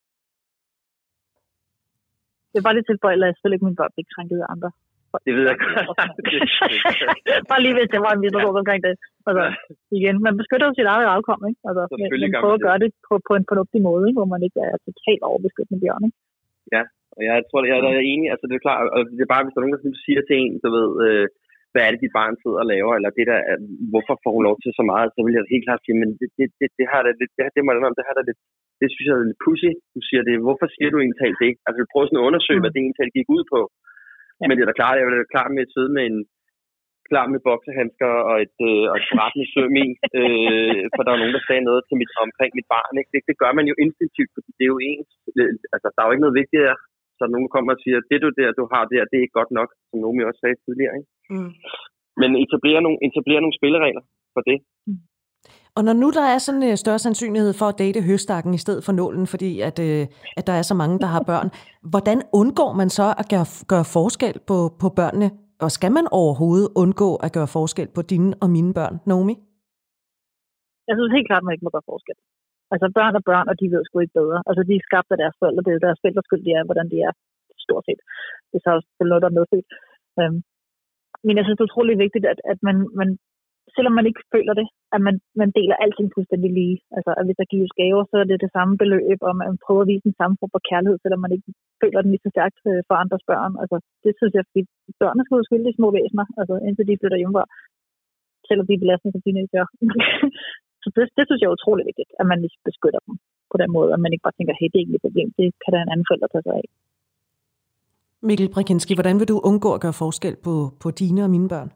Det er bare lidt tilføjet, at jeg selvfølgelig ikke min børn blive krænket af andre. Det ved jeg godt. Bare lige hvis det var en misforståelse omkring det. Altså, igen, man beskytter jo sit eget afkom, ikke? Altså, man prøver at gøre det på, på en fornuftig måde, ikke? Hvor man ikke er totalt overbeskyttende bjørn, ikke? Ja, og jeg tror, jeg er enig. Altså, det er klart, og det er bare, hvis der er nogen, der siger til en, så ved, øh, hvad er det, dit barn sidder og laver, eller det der, hvorfor får hun lov til så meget, så vil jeg helt klart sige, men det, det, det, det har da lidt, det, det må jeg om, det har da lidt, det synes jeg er lidt pussy. Du siger det, hvorfor siger du egentlig det? Altså, du prøver sådan at undersøge, mm. hvad det egentlig gik ud på. Ja. Men det er da klart, jeg er da klar med at sidde med en klar med boksehandsker og et, øh, og et forretende søm i, øh, for der er nogen, der sagde noget til mit, omkring mit barn. Ikke? Det, det gør man jo instinktivt, fordi det er jo ens. Altså, der er jo ikke noget vigtigt her. Så nogen kommer og siger, det du der, du har der, det er ikke godt nok, som Naomi også sagde tidligere. Ikke? Mm. Men etablere nogle, etablere nogle spilleregler for det. Mm. Og når nu der er sådan en større sandsynlighed for at date høstakken i stedet for nålen, fordi at, øh, at der er så mange, der har børn, hvordan undgår man så at gøre, gøre forskel på, på børnene? Og skal man overhovedet undgå at gøre forskel på dine og mine børn, Naomi? Jeg synes helt klart, at man ikke må gøre forskel. Altså børn er børn, og de ved sgu ikke bedre. Altså de er skabt af deres forældre, det er deres forældres skyld, de er, hvordan de er stort set. Det er så også noget, der er medfødt. Um, men jeg synes, det er utrolig vigtigt, at, at man, man selvom man ikke føler det, at man, man deler alting fuldstændig lige. Altså, at hvis der gives gaver, så er det det samme beløb, og man prøver at vise den samme form for kærlighed, selvom man ikke føler den lige så stærkt for andres børn. Altså, det synes jeg, fordi børnene skal udskylde de små væsener, altså indtil de flytter hjemmefra, selvom de er belastende som teenager. Så det, det synes jeg er utrolig vigtigt, at man beskytter dem på den måde, at man ikke bare tænker, hey, det er ikke et problem, det kan der en anden forælder tage sig af. Mikkel Brækinski, hvordan vil du undgå at gøre forskel på, på dine og mine børn?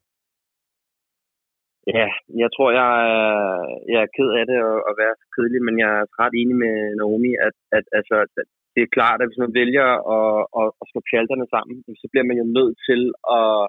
Ja, jeg tror, jeg er, jeg er ked af det at, at være kedelig, men jeg er ret enig med Naomi, at, at altså, det er klart, at hvis man vælger at, at, at slå pjalterne sammen, så bliver man jo nødt til at,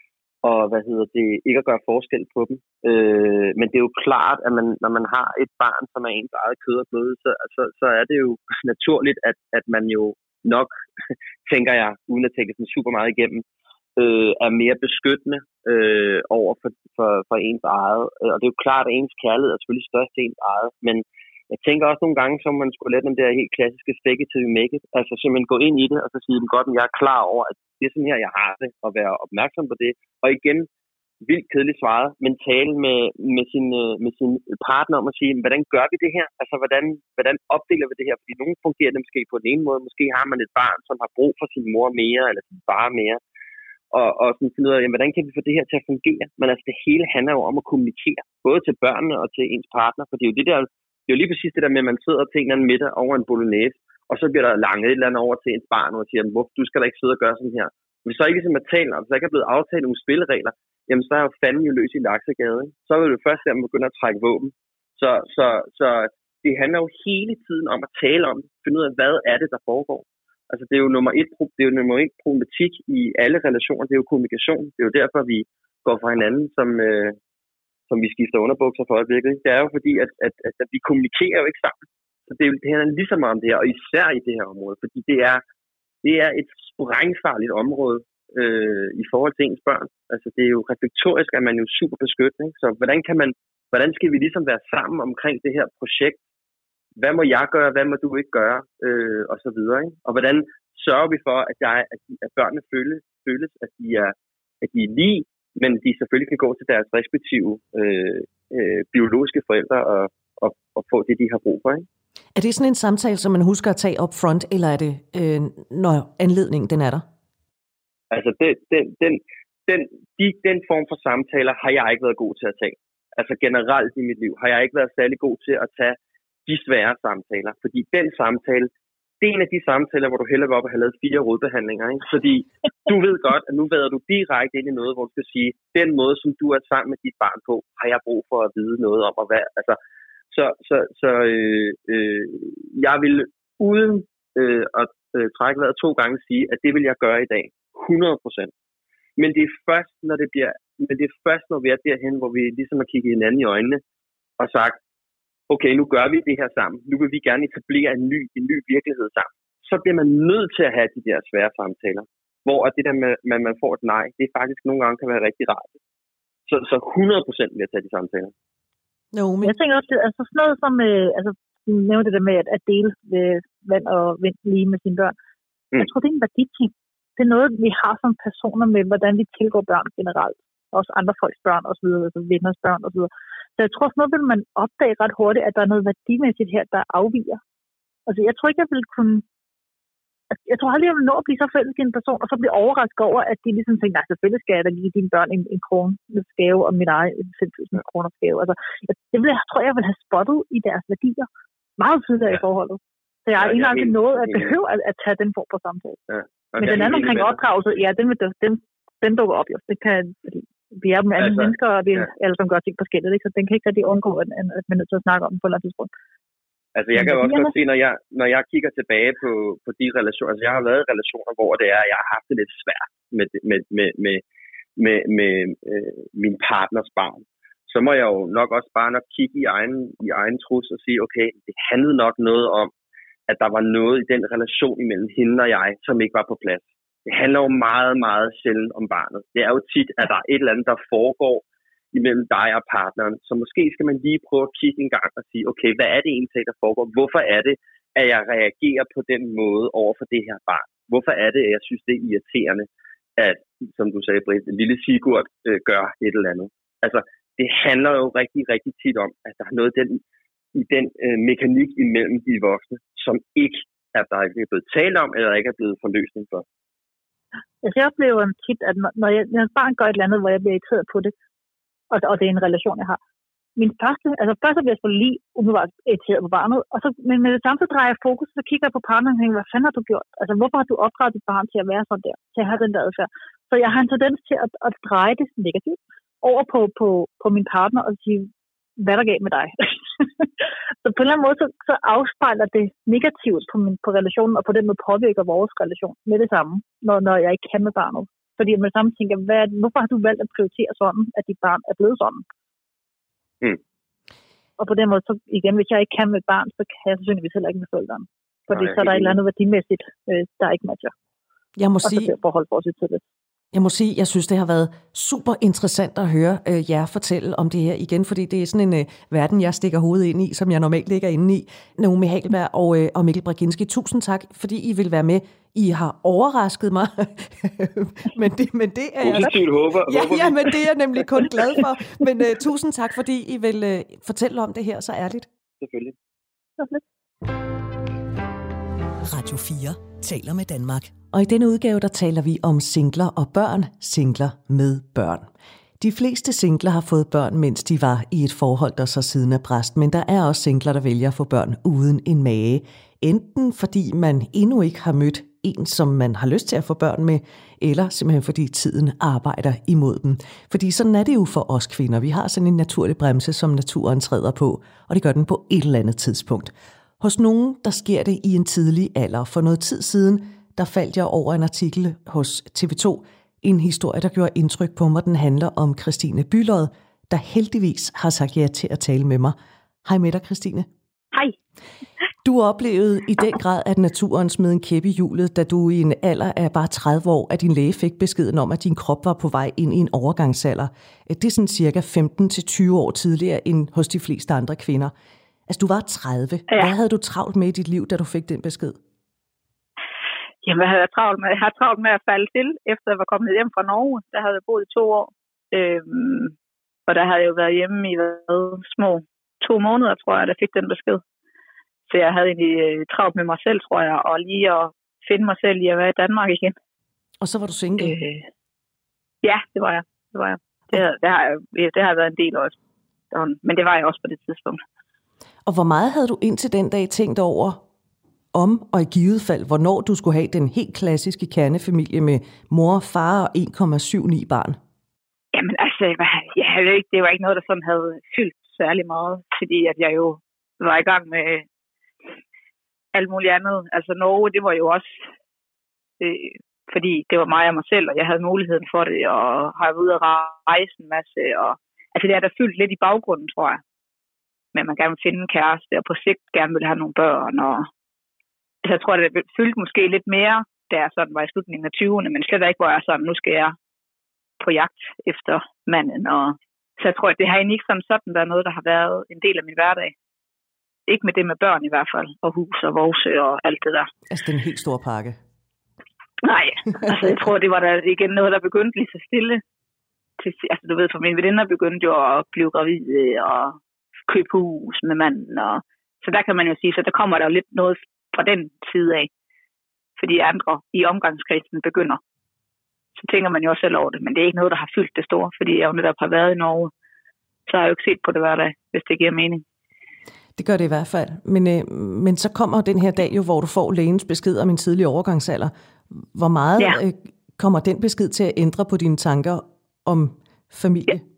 og, hvad hedder det, ikke at gøre forskel på dem. Øh, men det er jo klart, at man, når man har et barn, som er ens eget kød og blod, så, så, så er det jo naturligt, at, at man jo nok, tænker jeg, uden at tænke sådan super meget igennem, øh, er mere beskyttende øh, over for, for, for ens eget. Og det er jo klart, at ens kærlighed er selvfølgelig størst til ens eget, men jeg tænker også nogle gange, som man skulle lade den der helt klassiske fake it till you make it. Altså simpelthen gå ind i det, og så sige dem godt, at jeg er klar over, at det er sådan her, jeg har det, og være opmærksom på det. Og igen, vildt kedeligt svaret, men tale med, med, sin, med sin partner om at sige, hvordan gør vi det her? Altså, hvordan, hvordan opdeler vi det her? Fordi nogen fungerer det måske på den ene måde. Måske har man et barn, som har brug for sin mor mere, eller sin far mere. Og, og sådan finde ud af, jamen, hvordan kan vi få det her til at fungere? Men altså, det hele handler jo om at kommunikere, både til børnene og til ens partner. For det er jo, det der, det er jo lige præcis det der med, at man sidder til en eller anden middag over en bolognese, og så bliver der langet et eller andet over til ens barn, og siger, hvorfor du skal da ikke sidde og gøre sådan her. Hvis så ikke simpelthen taler om, så ikke er blevet aftalt nogle spilleregler, jamen så er jo fanden jo løs i laksegade. Ikke? Så vil det først, at man begynder at trække våben. Så, så, så det handler jo hele tiden om at tale om, finde ud af, hvad er det, der foregår. Altså det er jo nummer et, det er jo nummer et problematik i alle relationer, det er jo kommunikation. Det er jo derfor, vi går fra hinanden, som, øh, som vi skifter underbukser for øjeblikket. Det er jo fordi, at, at, at, at vi kommunikerer jo ikke sammen. Så det, er jo, det handler lige så meget om det her, og især i det her område, fordi det er, det er et sprængfarligt område øh, i forhold til ens børn. Altså det er jo reflektorisk, at man er jo super beskyttet. Ikke? Så hvordan kan man, hvordan skal vi ligesom være sammen omkring det her projekt? Hvad må jeg gøre, hvad må du ikke gøre, øh, og så videre. Ikke? Og hvordan sørger vi for, at, jeg, at, de, at børnene føles, føles at, de er, at de er lige, men de selvfølgelig kan gå til deres respektive øh, øh, biologiske forældre og, og, og få det, de har brug for. Ikke? Er det sådan en samtale, som man husker at tage up front, eller er det, øh, når anledningen den er der? Altså, det, den, den, den, de, den form for samtaler har jeg ikke været god til at tage. altså generelt i mit liv, har jeg ikke været særlig god til at tage de svære samtaler. Fordi den samtale, det er en af de samtaler, hvor du hellere vil op og have lavet fire rodbehandlinger. Ikke? Fordi du ved godt, at nu vader du direkte ind i noget, hvor du skal sige, den måde, som du er sammen med dit barn på, har jeg brug for at vide noget om. Og hvad, altså, så så, så øh, øh, jeg vil uden øh, at øh, trække vejret to gange sige, at det vil jeg gøre i dag. hundrede procent. Men det er først, når det bliver, men det er først, når vi er derhen, hvor vi ligesom har kigget hinanden i øjnene og sagt, okay, nu gør vi det her sammen. Nu vil vi gerne etablere en ny, en ny virkelighed sammen. Så bliver man nødt til at have de der svære samtaler, hvor det der med, at man får et nej, det faktisk nogle gange kan være rigtig rart. Så, så hundrede procent vil jeg tage de samtaler. No, men... Jeg tænker også, altså sådan noget som, øh, altså, du nævnte det der med at, at dele øh, vand og vind lige med sine børn. Mm. Jeg tror, det er en værditing. Det er noget, vi har som personer med, hvordan vi tilgår børn generelt. Også andre folks børn osv., altså venners børn osv. Så jeg tror sådan noget, vil man opdage ret hurtigt, at der er noget værdimæssigt her, der afviger. Altså jeg tror ikke, jeg vil kunne... Jeg tror aldrig, jeg vil nå at blive så forelsket i en person, og så blive overrasket over, at de ligesom tænker, nej, selvfølgelig skal jeg da give dine børn en, en krones gave, og min egen fem tusind kroners gave. Altså, jeg, det vil, jeg tror, jeg vil have spottet i deres værdier meget tidligere ja. i forholdet. Så jeg har ja, ikke engang noget at behøve at, at tage den form for samtale. Ja. Men den anden omkring opdragelse, ja, den, vil, den, den dukker op jo. Det kan, fordi vi er med alle altså, mennesker, og vi er ja. alle som gør ting forskelligt, ikke? Så den kan ikke rigtig undgå, at, at man er nødt til at snakke om på et eller andet tidspunkt. Altså jeg kan jo også godt se, når jeg, når jeg kigger tilbage på, på de relationer, altså jeg har været i relationer, hvor det er, at jeg har haft det lidt svært med, med, med, med, med, med øh, min partners barn. Så må jeg jo nok også bare nok kigge i egen, i egen trus og sige, okay, det handlede nok noget om, at der var noget i den relation imellem hende og jeg, som ikke var på plads. Det handler jo meget, meget sjældent om barnet. Det er jo tit, at der er et eller andet, der foregår imellem dig og partneren. Så måske skal man lige prøve at kigge en gang og sige, okay, hvad er det egentlig, der foregår? Hvorfor er det, at jeg reagerer på den måde over for det her barn? Hvorfor er det, at jeg synes, det er irriterende, at, som du sagde, Britt, lille Sigurd øh, gør et eller andet? Altså, det handler jo rigtig, rigtig tit om, at der er noget den, i den øh, mekanik imellem de voksne, som ikke at der ikke er blevet talt om, eller ikke er blevet forløsning for. Altså, jeg oplever tit, at når, jeg, når et barn gør et eller andet, hvor jeg bliver irriteret på det, og, og det er en relation, jeg har. Min første, altså først bliver jeg selvfølgelig lige umiddelbart irriteret på barnet, og så, men med det samme, så drejer jeg fokus, så kigger jeg på partneren og tænker, hvad fanden har du gjort? Altså, hvorfor har du opdraget dit barn til at være sådan der, til at have den der adfærd? Så jeg har en tendens til at, at dreje det negativt over på, på, på min partner og sige, hvad der gav med dig? Så på en eller anden måde, så, så afspejler det negativt på, min, på relationen, og på den måde påvirker vores relation med det samme, når, når jeg ikke kan med barnet. Fordi man sammen tænker, hvad, hvorfor har du valgt at prioritere sådan, at dit barn er blevet sådan? Mm. Og på den måde, så igen, hvis jeg ikke kan med et barn, så kan jeg sandsynligvis heller ikke med forældrene. Fordi Nej, så er der et eller andet værdimæssigt, øh, der ikke matcher. Jeg må og sige... så bliver forhold for sig til det. Jeg må sige, jeg synes, det har været super interessant at høre øh, jer fortælle om det her igen, fordi det er sådan en øh, verden, jeg stikker hovedet ind i, som jeg normalt ligger inde i. Naomi Hagelberg og, øh, og Mikkel Braginski, tusind tak, fordi I vil være med. I har overrasket mig, men, det, men det er jeg... Positivt håber. Ja, ja, men det er jeg nemlig kun glad for. Men øh, tusind tak, fordi I vil øh, fortælle om det her så ærligt. Selvfølgelig. Radio fire taler med Danmark. Og i denne udgave, der taler vi om singler og børn, singler med børn. De fleste singler har fået børn, mens de var i et forhold, der så siden er brast, men der er også singler, der vælger at få børn uden en mage. Enten fordi man endnu ikke har mødt en, som man har lyst til at få børn med, eller simpelthen fordi tiden arbejder imod dem. Fordi sådan er det jo for os kvinder. Vi har sådan en naturlig bremse, som naturen træder på, og det gør den på et eller andet tidspunkt. Hos nogen, der sker det i en tidlig alder. For noget tid siden, der faldt jeg over en artikel hos T V to. En historie, der gjorde indtryk på mig. Den handler om Christine Bylod, der heldigvis har sagt ja til at tale med mig. Hej med dig, Christine. Hej. Du oplevede i den grad, at naturen smed en kæp i hjulet, da du i en alder af bare tredive år, at din læge fik beskeden om, at din krop var på vej ind i en overgangsalder. Det er sådan cirka femten til tyve år tidligere end hos de fleste andre kvinder. Altså, du var tredive. Ja. Hvad havde du travlt med i dit liv, da du fik den besked? Jamen, hvad havde jeg travlt med? Jeg havde travlt med at falde til, efter jeg var kommet hjem fra Norge. Der havde jeg boet i to år. Øhm, og der havde jeg jo været hjemme i hvad, små to måneder, tror jeg, da jeg fik den besked. Så jeg havde egentlig øh, travlt med mig selv, tror jeg, og lige at finde mig selv i at være i Danmark igen. Og så var du single? Øh, ja, det var jeg. Det var jeg. Det, det, har, det har været en del også. efterhånden. Men det var jeg også på det tidspunkt. Og hvor meget havde du indtil den dag tænkt over, om og i givet fald, hvornår du skulle have den helt klassiske kernefamilie med mor, far og en komma syv ni barn? Jamen altså, jeg havde ikke, det var ikke noget, der sådan havde fyldt særlig meget, fordi at jeg jo var i gang med alt muligt andet. Altså Norge, det var jo også, øh, fordi det var mig og mig selv, og jeg havde muligheden for det, og har været ude at rejse en masse. Og, altså det er der fyldt lidt i baggrunden, tror jeg. Men man gerne vil finde en kæreste, og på sigt gerne vil have nogle børn. Og, altså jeg tror, det fyldte måske lidt mere, da jeg sådan var i slutningen af tyverne, men slet ikke, hvor jeg sådan, nu skal jeg på jagt efter manden. Og, så jeg tror, at det har egentlig ikke sådan sådan været noget, der har været en del af min hverdag. Ikke med det med børn i hvert fald, og hus og vovse og alt det der. Altså den helt store pakke? Nej, altså jeg tror, det var der igen noget, der begyndte lige så stille. Til, altså du ved, for mine veninder begyndte jo at blive gravide og købe hus med manden. Og, så der kan man jo sige, så der kommer der jo lidt noget fra den side af. Fordi andre i omgangskredsen begynder. Så tænker man jo også selv over det, men det er ikke noget, der har fyldt det store, fordi jeg jo netop har været i Norge. Så har jeg jo ikke set på det hver dag, hvis det giver mening. Det gør det i hvert fald. Men, øh, men så kommer den her dag jo, hvor du får lægens besked om en tidlig overgangsalder. Hvor meget ja. øh, kommer den besked til at ændre på dine tanker om familie? Ja.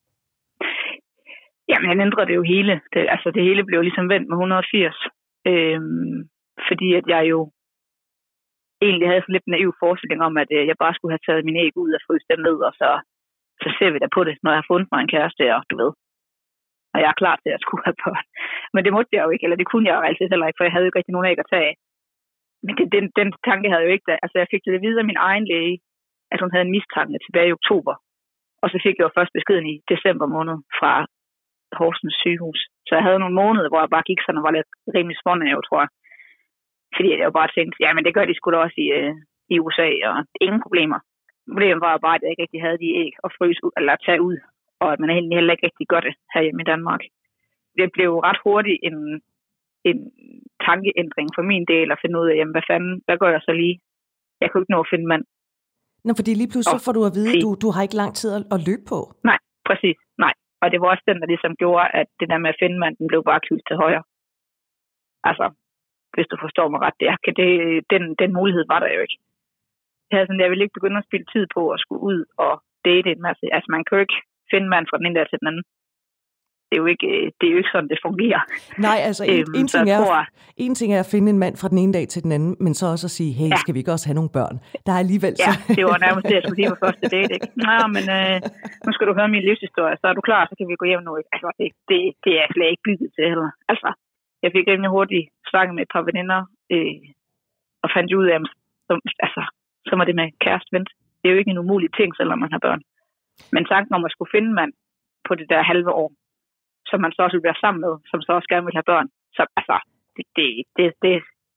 Jamen, han ændrede det jo hele. Det, altså, det hele blev ligesom vendt med et hundrede og firs. Øhm, fordi at jeg jo egentlig havde sådan lidt en naiv forestilling om, at øh, jeg bare skulle have taget mine æg ud og fryst dem ned, og så, så ser vi da på det, når jeg har fundet mig en kæreste, og du ved. Og jeg er klar til at skulle have børn. Men det måtte jeg jo ikke, eller det kunne jeg jo altid heller ikke, for jeg havde jo ikke rigtig nogen æg at tage af. Men det, den, den tanke havde jeg jo ikke. Da. Altså, jeg fik det videre af min egen læge, at hun havde en mistanke tilbage i oktober. Og så fik jeg jo først beskeden i december måned fra Horsens sygehus. Så jeg havde nogle måneder, hvor jeg bare gik sådan og var lidt rimelig smånæv, tror jeg. Fordi jeg jo bare tænkte, ja, men det gør de sgu da også i, øh, i U S A, og ingen problemer. Problemet var bare, at jeg ikke rigtig havde de æg at fryse ud, eller tage ud, og at man egentlig heller ikke rigtig gør det her hjemme i Danmark. Det blev ret hurtigt en, en tankeændring for min del at finde ud af, jamen, hvad fanden, hvad gør jeg så lige? Jeg kunne ikke nå at finde mand. Nå, fordi lige pludselig får du at vide, at du, du har ikke lang tid at, at løbe på. Nej, præcis, nej. Og det var også den, der ligesom gjorde, at det der med at finde mand, den blev bare kyldt til højre. Altså, hvis du forstår mig ret, det, det, den, den mulighed var der jo ikke. Jeg havde sådan, jeg ville ikke begynde at spille tid på at skulle ud og date en masse. Altså, man kan jo ikke finde mand fra den ene der til den anden. Det er jo ikke, det er jo ikke sådan, det fungerer. Nej, altså en, øhm, en, ting er, tror, en ting er at finde en mand fra den ene dag til den anden, men så også at sige, hey, ja. Skal vi ikke også have nogle børn? Der er alligevel så... Ja, det var nærmest det, jeg skulle sige på første date, ikke? Nej, men øh, nu skal du høre min livshistorie, så er du klar, så kan vi gå hjem nu, ikke? Altså, det, det, det er jeg slet ikke bygget til heller. Altså, jeg fik rimelig hurtigt snakket med et par veninder, øh, og fandt ud af, så, altså, så var det med kæresteven. Det er jo ikke en umulig ting, selvom man har børn. Men tanken om at skulle finde mand på det der halve år, som man så også vil være sammen med, som så også gerne vil have børn. Så altså, det, det, det, det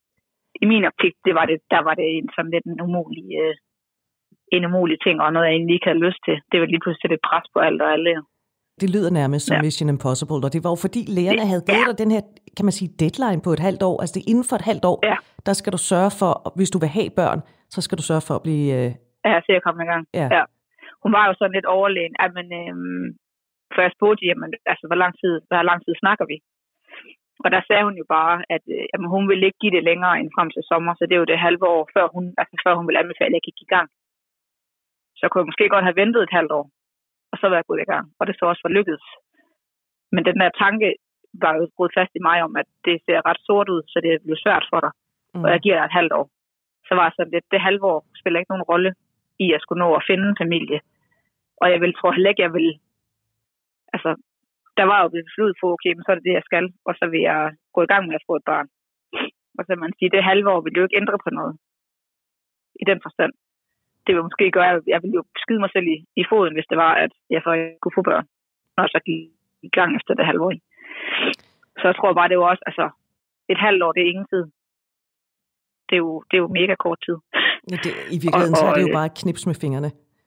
i min optik, det var det, der var det en sådan lidt en umulig, øh, en umulig ting, og noget jeg egentlig ikke havde lyst til. Det var lige pludselig et pres på alt og alle. Det lyder nærmest som ja. Mission Impossible, og det var jo fordi lægerne havde givet dig den her, kan man sige, deadline på et halvt år. Altså det inden for et halvt år, ja. Der skal du sørge for, hvis du vil have børn, så skal du sørge for at blive... Øh... Ja, så jeg kom i gang. Ja. Ja. Hun var jo sådan lidt overlegen, at man... Øh, For jeg spurgte, jamen, altså, hvor lang tid, hvor lang tid snakker vi? Og der sagde hun jo bare, at øh, jamen, hun ville ikke give det længere end frem til sommer, så det er jo det halve år, før hun, altså, før hun ville anbefale, at jeg gik i gang. Så kunne jeg måske godt have ventet et halvt år, og så være gået i gang. Og det så også var lykkedes. Men den der tanke var jo gået fast i mig om, at det ser ret sort ud, så det bliver svært for dig. Mm. Og jeg giver dig et halvt år. Så var sådan lidt, det halve år spiller ikke nogen rolle i at skulle nå at finde en familie. Og jeg vil, tror heller ikke, jeg vil... Altså, der var jo blevet besluttet for, okay, men så er det det, jeg skal, og så vil jeg gå i gang med at få et barn. Og så man sige, det halve år vil jo ikke ændre på noget i den forstand. Det vil måske gøre, at jeg ville jo skyde mig selv i, i foden, hvis det var, at jeg så kunne få børn, når jeg så gik i gang efter det halve år. Så jeg tror bare, det var også, altså, et halvt år, det er ingen tid. Det er jo, det er jo mega kort tid. Ja, det, i virkeligheden, og, og, så er det jo bare et knips med fingrene.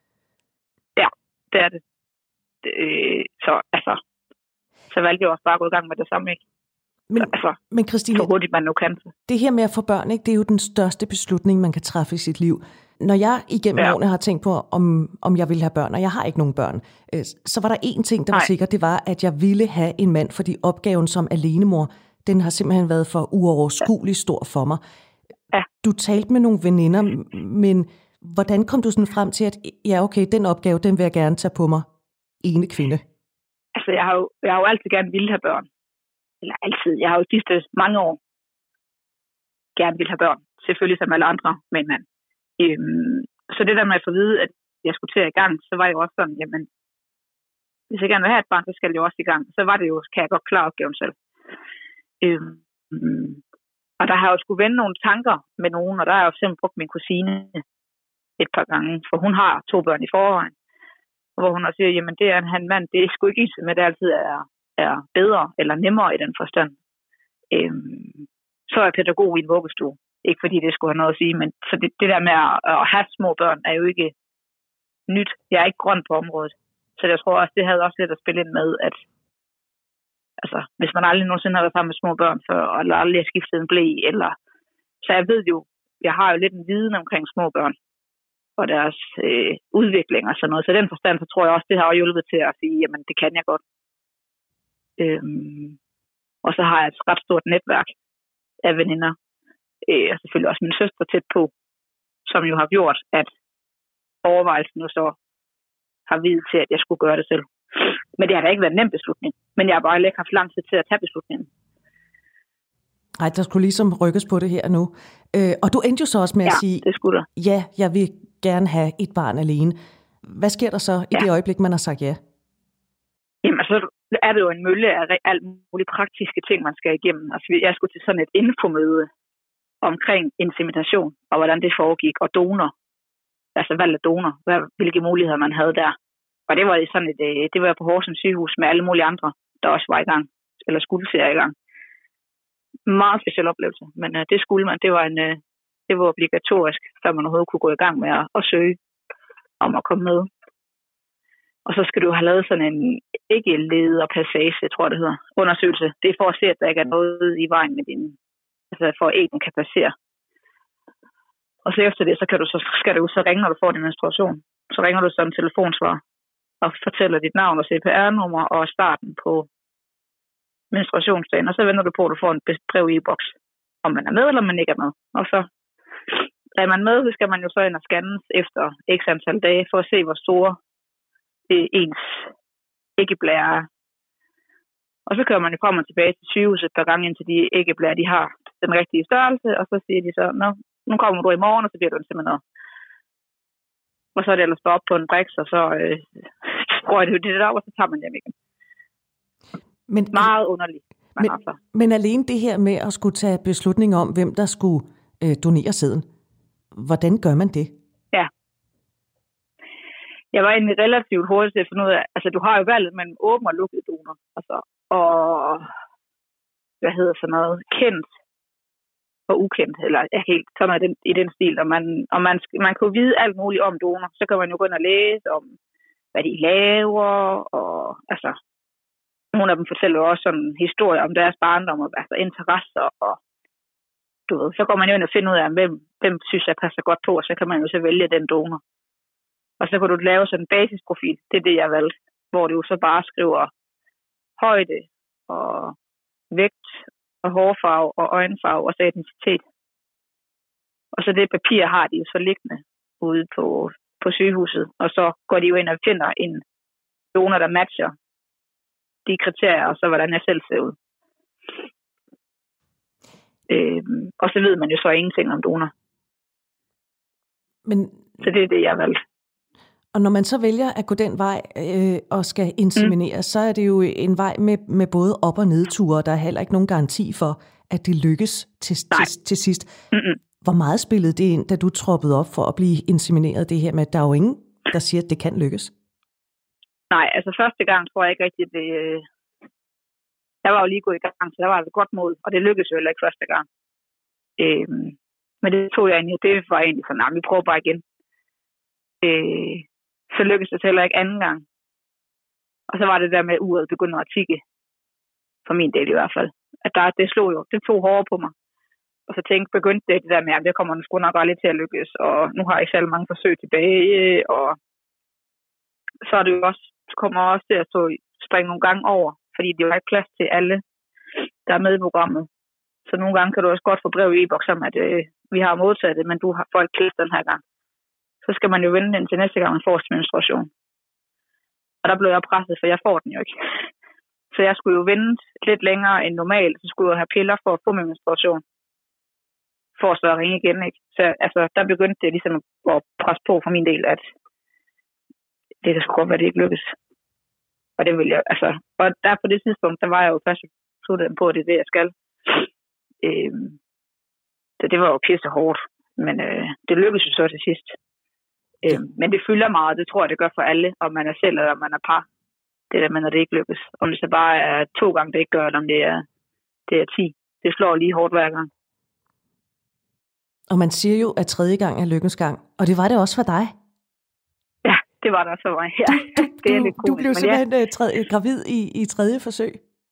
Ja, det er det. Øh, så altså, så valgte jeg også bare at gå i gang med det samme, ikke? Men, altså, men Christine, så hurtigt man nu kan. Det her med at få børn, ikke, det er jo den største beslutning, man kan træffe i sit liv. Når jeg igennem ja. årene har tænkt på, om, om jeg ville have børn, og jeg har ikke nogen børn, øh, så var der én ting, der Nej. var sikkert, det var, at jeg ville have en mand, fordi opgaven som alenemor, den har simpelthen været for uoverskuelig stor for mig. Ja. Du talte med nogle veninder, men hvordan kom du sådan frem til, at ja, okay, den opgave, den vil jeg gerne tage på mig, ene kvinde? Altså, jeg har jo, jeg har jo altid gerne ville have børn. Eller altid. Jeg har jo de sidste mange år gerne ville have børn. Selvfølgelig som alle andre med en mand. Øhm, så det der med at få at vide, at jeg skulle til at i gang, så var jeg jo også sådan, jamen, hvis jeg gerne vil have et barn, så skal jeg jo også i gang. Så var det jo, kan jeg godt klare opgaven selv. Øhm, og der har jeg jo skulle vende nogle tanker med nogen, og der har jeg jo simpelthen brugt min kusine et par gange, for hun har to børn i forvejen. Hvor hun også siger, jamen det er en mand, det er sgu ikke ens med, at det altid er, er bedre eller nemmere i den forstand. Øhm, så er jeg pædagog i en vuggestue. Ikke fordi det skulle have noget at sige, men for det, det der med at, at have små børn er jo ikke nyt. Jeg er ikke grøn på området. Så jeg tror også, det havde også lidt at spille ind med, at altså, hvis man aldrig nogensinde har været sammen med små børn før, eller aldrig har skiftet en blæ, eller så jeg ved jo, jeg har jo lidt en viden omkring små børn og deres øh, udvikling og sådan noget. Så i den forstand, så tror jeg også, det har hjulpet til at sige, jamen det kan jeg godt. Øhm, og så har jeg et ret stort netværk af veninder, øh, og selvfølgelig også min søster tæt på, som jo har gjort, at overvejelsen jo så har videt til, at jeg skulle gøre det selv. Men det har da ikke været en nem beslutning. Men jeg har bare ikke haft lang tid til at tage beslutningen. Nej, der skulle ligesom rykkes på det her nu. Øh, og du endte jo så også med ja, at sige, det skulle der. Ja, jeg vil gerne have et barn alene. Hvad sker der så i ja. det øjeblik, man har sagt ja? Jamen, så er det jo en mølle af alt mulige praktiske ting, man skal igennem. Altså, jeg skulle til sådan et infomøde omkring insemination, og hvordan det foregik, og donor. Altså valg af donor, hvilke muligheder man havde der. Og det var sådan et, det var på Horsens sygehus med alle mulige andre, der også var i gang, eller skulle se i gang. Meget speciel oplevelse, men uh, det skulle man. Det var en, uh, det var obligatorisk, før man overhovedet kunne gå i gang med at, at søge om at komme med. Og så skal du have lavet sådan en ikke-lederpassage, tror jeg det hedder, undersøgelse. Det er for at se, at der ikke er noget i vejen med din, altså for at æggen kan passere. Og så efter det, så, kan du, så skal du så ringe, når du får din menstruation. Så ringer du så en telefonsvar og fortæller dit navn og C P R-nummer og starten på menstruationsdagen. Og så venter du på, at du får en brev i boks, om man er med eller man ikke er med. Og så er man med, så skal man jo så ind og scannes efter x antal dage for at se, hvor store det ens æggeblære er. Og så kører man jo frem og tilbage til sygehuset et par gange, indtil de æggeblære, de har den rigtige størrelse, og så siger de så, nå, nu kommer du i morgen, og så bliver du insemineret. Og så er det ellers bare op på en briks, og så øh, sprøjer det jo det der op, og så tager man hjem igen. Men, meget underligt. Men, altså. men alene det her med at skulle tage beslutning om, hvem der skulle øh, donere sæden, hvordan gør man det? Ja. Jeg var egentlig relativt hurtigt til at finde ud af, altså du har jo valget mellem åben og lukket donor, altså, og hvad hedder sådan noget, kendt og ukendt, eller ja, helt sådan noget i den, i den stil, og man, og man, man kan jo vide alt muligt om donor, så kan man jo gå ind og læse om, hvad de laver, og altså, nogle af dem fortæller jo også sådan en historie om deres barndom, og altså interesser, og du ved, så går man jo ind og finder ud af, hvem, hvem synes jeg passer godt på, og så kan man jo så vælge den donor. Og så kan du lave sådan en basisprofil, det er det, jeg valgte, hvor du så bare skriver højde, og vægt, og hårfarve, og øjenfarve, og så etnicitet. Og så det papir har de jo så liggende ude på, på sygehuset, og så går de jo ind og finder en donor, der matcher de kriterier, og så hvordan jeg selv ser ud. Øhm, og så ved man jo så ingenting om donor. Men, så det er det, jeg valgte. Og når man så vælger at gå den vej øh, og skal inseminere, mm. så er det jo en vej med, med både op- og nedture, og der er heller ikke nogen garanti for, at det lykkes til, til, til sidst. Mm-mm. Hvor meget spillede det ind, da du troppede op for at blive insemineret, det her med, at der er jo ingen, der siger, at det kan lykkes? Nej, altså første gang tror jeg ikke rigtigt, det... Jeg var jo lige gået i gang, så der var et godt mod, og det lykkedes jo heller ikke første gang. Øhm, men det tog jeg egentlig, det var egentlig sådan, nej, vi prøver bare igen. Øh, så lykkedes det heller ikke anden gang. Og så var det der med, at uret begyndte at tikke. For min del i hvert fald. at der, det slog jo, det tog hårdere på mig. Og så tænkte, begyndte det, det der med, at det kommer sgu nok aldrig til at lykkes, og nu har jeg ikke særlig mange forsøg tilbage, og så er det jo også, så kommer jeg også til at stå, springe nogle gange over, fordi det var ikke plads til alle, der er med i programmet. Så nogle gange kan du også godt få brev i e-boks om, at øh, vi har modtaget det, men du har folk klippet den her gang. Så skal man jo vente indtil næste gang, man får sin menstruation. Og der blev jeg presset, for jeg får den jo ikke. Så jeg skulle jo vente lidt længere end normalt, så skulle jeg have piller for at få min menstruation. For at så at ringe igen, ikke? Så altså, der begyndte det ligesom at presse på for min del, at det der skulle godt være, det ikke lykkes. Og det ville jeg, altså, og der på det tidspunkt, der var jeg jo først besluttet på, at det er det, jeg skal. Øhm, så det var jo pisse hårdt, men øh, det lykkedes jo så til sidst. Øhm, men det fylder meget, det tror jeg, det gør for alle, om man er selv eller om man er par. Det der med, når det ikke lykkes. Om det så bare er to gange, det ikke gør, eller om det er, det er ti. Det slår lige hårdt hver gang. Og man siger jo, at tredje gang er lykkens gang. Og det var det også for dig. Ja, det var der også for mig. Ja, du, det er du, lidt komisk, du blev simpelthen ja. tredje, gravid i, i tredje forsøg.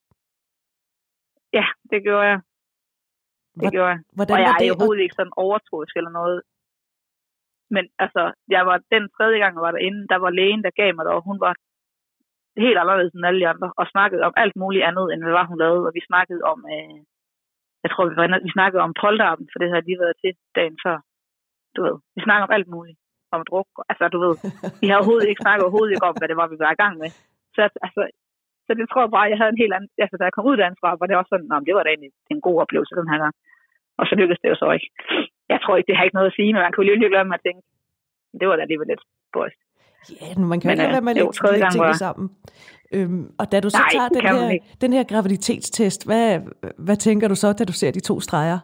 Ja, det gjorde jeg. Det Hvor, gjorde jeg. Hvordan og jeg var det? er overhovedet ikke sådan overtroisk eller noget. Men altså, jeg var den tredje gang, jeg var derinde, der var lægen, der gav mig det, og hun var helt anderledes end alle de andre, og snakkede om alt muligt andet, end hvad hun lavede. Og vi snakkede om, øh, jeg tror, vi, var, vi snakkede om polterappen, for det havde lige været til dagen før. Du ved, vi snakkede om alt muligt. Om druk. Altså, du ved, vi havde overhovedet ikke snakket overhovedet ikke om, hvad det var, vi var i gang med. Så altså, så det tror jeg bare, jeg havde en helt anden, altså, da jeg kom ud derfra, var det også sådan, nah, det var da egentlig en god oplevelse den her gang. Og så lykkedes det jo så ikke. Jeg tror ikke, det har ikke noget at sige, men man kunne jo lige glemme at tænke, det var da alligevel lidt bøjst. Ja, man kan jo ikke være med at lægge ting var... sammen. Øhm, og da du så Nej, tager den her, den her graviditetstest, hvad, hvad tænker du så, da du ser de to streger?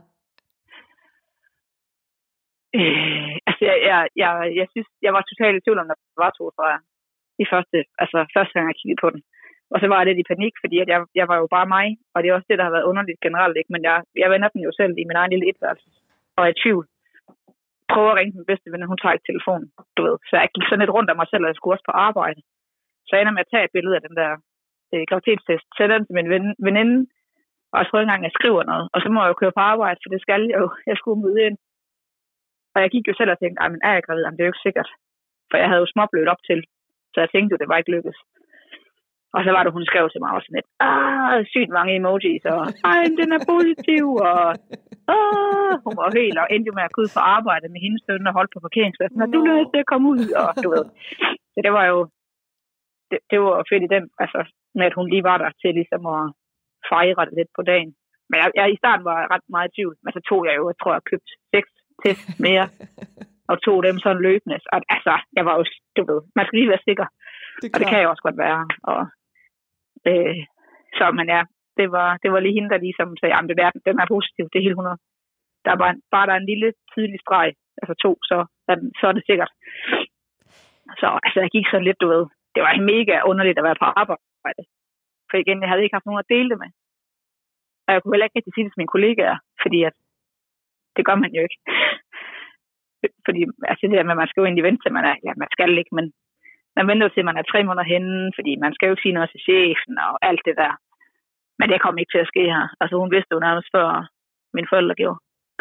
Øh, altså, jeg, jeg, jeg, jeg synes, jeg var totalt i tvivl om, der var to streger. I første, altså første gang, jeg kiggede på den. Og så var jeg lidt i panik, fordi at jeg, jeg var jo bare mig, og det er også det, der har været underligt generelt, ikke? Men jeg, jeg vender den jo selv i min egen lille etværelse, og er i tvivl. Prøver at ringe min bedste ven, hun tager ikke telefonen, du ved. Så jeg gik sådan lidt rundt af mig selv, og jeg skulle også på arbejde. Så jeg ender med at tage et billede af den der øh, graviditetstest, sætter den til min ven, veninde, og jeg tror ikke engang, jeg skriver noget. Og så må jeg jo køre på arbejde, for det skal jeg jo. Jeg skulle møde ind. Og jeg gik jo selv og tænkte, ej, men er jeg gravid? Jamen, det er jo ikke sikkert. For jeg havde jo småblødt op til. Så jeg tænkte jo, det var ikke lykkes. Og så var det, hun skrev til mig også sådan lidt, ah, sygt mange emojis, og ej, den er positiv, og ah, hun var helt, og endte jo med at gå ud på arbejde med hendes søn og holde på parkeringspladsen, og du lød til at komme ud, og du ved. Så det var jo, det, det var fedt i den, altså, med at hun lige var der til ligesom at fejre det lidt på dagen. Men jeg, jeg i starten var ret meget i tvivl, men så tog jeg jo, jeg tror, jeg købte seks test mere, og tog dem sådan løbende. Og, altså, jeg var jo, du ved, man skal lige være sikker, det og det kan jeg også godt være, og Øh, så men ja, det var, det var lige hende, der ligesom sagde, at det er, den er positiv, det er helt hundrede. Der er bare, bare der er en lille tydelig streg, altså to, så er, den, så er det sikkert. Så altså, jeg gik sådan lidt, du ved, det var mega underligt at være på arbejde. For igen, jeg havde ikke haft nogen at dele det med. Og jeg kunne heller ikke rigtig sige det til mine kollegaer, fordi at, det gør man jo ikke. Fordi altså, det der med, at man skal jo egentlig vente til, man er, ja, man skal ikke, men man venter til, at man er tre måneder henne, fordi man skal jo ikke sige noget til chefen og alt det der. Men det kom ikke til at ske her. Altså hun vidste jo nærmest før mine forældre gjorde.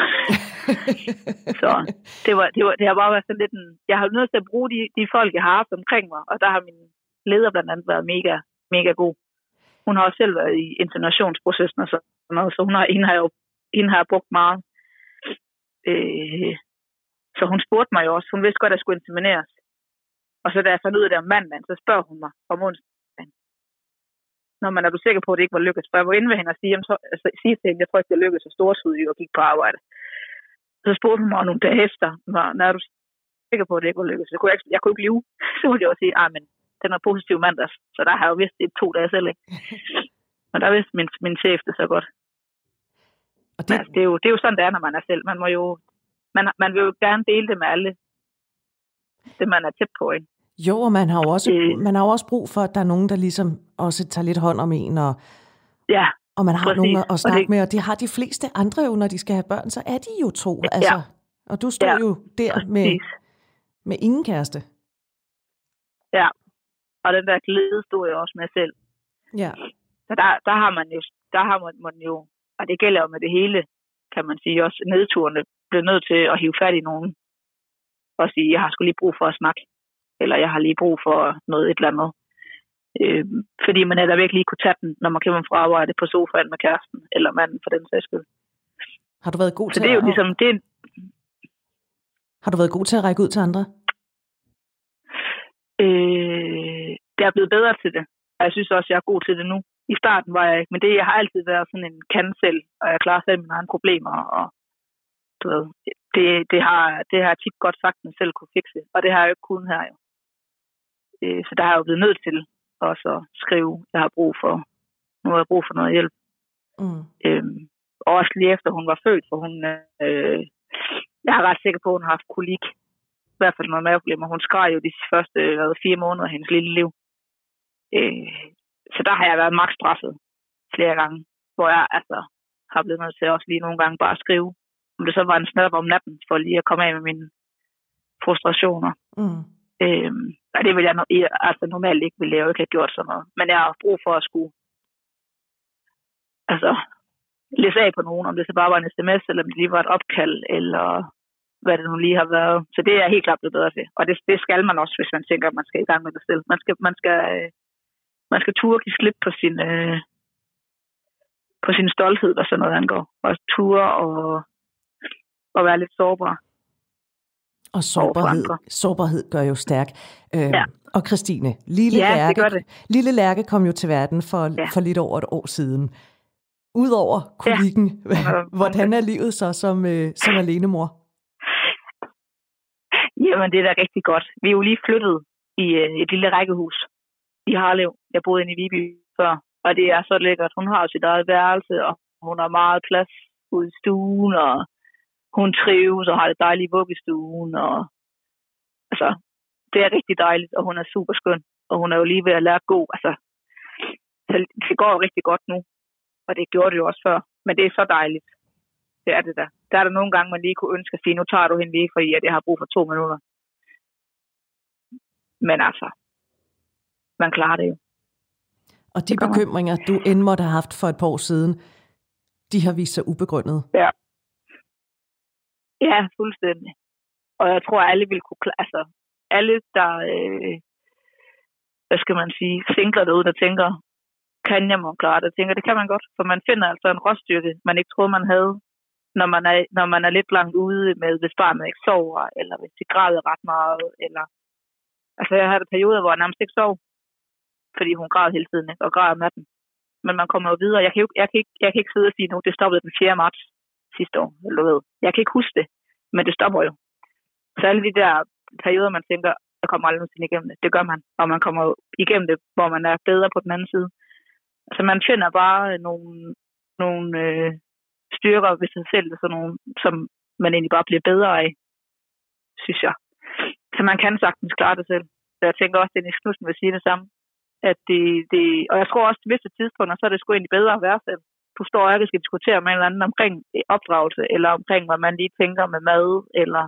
Så det, var, det, var, det har bare været sådan lidt en... Jeg har nødt til at bruge de, de folk, jeg har haft omkring mig, og der har min leder blandt andet været mega, mega god. Hun har også selv været i internationsprocessen og sådan noget, så hun har, hende, har jo, hende har jeg brugt meget. Øh, så hun spurgte mig jo også. Hun vidste godt, at jeg skulle insemineres. Og så da jeg fandt ud af det om mandagen, så spørger hun mig om onsdagen. Når man er du sikker på, at det ikke var lykkedes? For jeg var inde ved hende og sige, så, altså, sige til hende, jeg tror ikke, det lykkedes så storsudig og gik på arbejde. Så spurgte hun mig nogle dage efter, når er du sikker på, at det ikke var lykkedes? Så kunne jeg, jeg kunne ikke lyve. Så ville jeg også sige, at den var positiv mandags. Så der har jeg jo vidst det to dage selv, ikke? Og der vidste min, min chef det så godt. Og det... Altså, det, er jo, det er jo sådan, det er, når man er selv. Man må jo, man, man vil jo gerne dele det med alle. Det man er tæt på, ikke? Jo, og man har jo også, øh, man har jo også brug for, at der er nogen, der ligesom også tager lidt hånd om en, og, ja, og man har præcis. Nogen at snakke det, med, og det har de fleste andre jo, når de skal have børn, så er de jo to, altså. Ja. Og du står ja, jo der med, med ingen kæreste. Ja, og den der glæde stod jeg også med selv. Ja. Så der, der har man jo, der har man, man jo Og det gælder jo med det hele, kan man sige. Også nedturene bliver nødt til at hive fat i nogen. Og sige, jeg har sgu lige brug for at snakke. Eller jeg har lige brug for noget et eller andet. Øh, fordi man netop ikke lige kunne tage den, når man kommer fra arbejde på sofaen med kæresten. Eller manden for den sags skyld. Har du været god til Så det er jo at... ligesom... Det... Har du været god til at række ud til andre? Øh, det er blevet bedre til det. Og jeg synes også, jeg er god til det nu. I starten var jeg ikke, men det jeg har altid været sådan en kan selv, og jeg klarer selv mine egne problemer, og du ved, det, det, har, det har jeg tit godt sagt, at selv kunne fikse, og det har jeg jo ikke kun her jo. Øh, så der har jeg jo blevet nødt til også at skrive, jeg har brug for, nu har jeg brug for noget hjælp. Mm. Øh, og også lige efter hun var født, for hun, øh, jeg er ret sikker på, at hun har haft kolik, i hvert fald noget maveproblemer. Hun skreg jo de første hvad, fire måneder af hendes lille liv. Øh, så der har jeg været maks straffet flere gange, hvor jeg altså har blevet nødt til også lige nogle gange bare at skrive, om det så var en snap om natten, for lige at komme af med mine frustrationer. Mm. Øh, og det vil jeg no- altså normalt ikke ville jeg jo ikke have gjort sådan noget. Men jeg har brug for at skulle altså læse af på nogen, om det så bare var en sms, eller om det lige var et opkald, eller hvad det nu lige har været. Så det er jeg helt klart blevet bedre til. Og det, det skal man også, hvis man tænker, at man skal i gang med det selv. Man skal, man skal, man skal turde give slip på sin, øh, på sin stolthed, hvad sådan noget angår. Og ture og, og være lidt sårbar. Og sårbarhed, sårbarhed gør jo stærk. Øh, ja. Og Christine, lille, ja, Lærke, det gør det. lille Lærke kom jo til verden for, ja. for lidt over et år siden. Udover kolikken, ja. Hvordan er livet så som, øh, som alenemor? Jamen, det er da rigtig godt. Vi er jo lige flyttet i øh, et lille rækkehus i Harlev. Jeg boede inde i Viby før, og det er så lækkert. Hun har jo sit eget værelse, og hun har meget plads ude i stuen, og hun trives og har det dejlige vuggestuen. Og, altså, det er rigtig dejligt, og hun er super skøn, og hun er jo lige ved at lære at gå. Altså, det går jo rigtig godt nu, og det gjorde det jo også før, men det er så dejligt. Det er det der. Der er der nogle gange, man lige kunne ønske at sige, nu tager du hende lige, fordi at jeg har brug for to minutter. Men altså, man klarer det jo. Og de bekymringer, du end måtte have haft for et par år siden, de har vist sig ubegrundet. Ja. Ja, fuldstændig. Og jeg tror, at alle vil kunne klare, altså, alle, der, øh, hvad skal man sige, singler derude, der tænker, kan jeg må klare det, tænker, det kan man godt, for man finder altså en råstyrke, man ikke troede, man havde, når man er, når man er lidt langt ude med, hvis barnet ikke sover, eller hvis det græder ret meget, eller... Altså, jeg havde perioder, hvor jeg nærmest ikke sov, fordi hun græd hele tiden, ikke? Og græd om natten. Men man kommer jo videre. Jeg kan, jo, jeg, kan ikke, jeg kan ikke sidde og sige nu, det stoppede den fjerde marts sidste år, eller ved. Jeg kan ikke huske det, men det stopper jo. Så alle de der perioder, man tænker, jeg kommer aldrig nogensinde igennem det, det gør man. Og man kommer jo igennem det, hvor man er bedre på den anden side. Altså, man finder bare nogle, nogle øh, styrker ved sig selv, sådan nogle, som man egentlig bare bliver bedre af, synes jeg. Så man kan sagtens klare det selv. Så jeg tænker også, at Dennis Knudsen vil sige det samme. At det, det, og jeg tror også, at til visse tidspunkter, så er det sgu egentlig bedre at være selv. Du står og ikke skal diskutere med en eller anden omkring opdragelse, eller omkring, hvad man lige tænker med mad, eller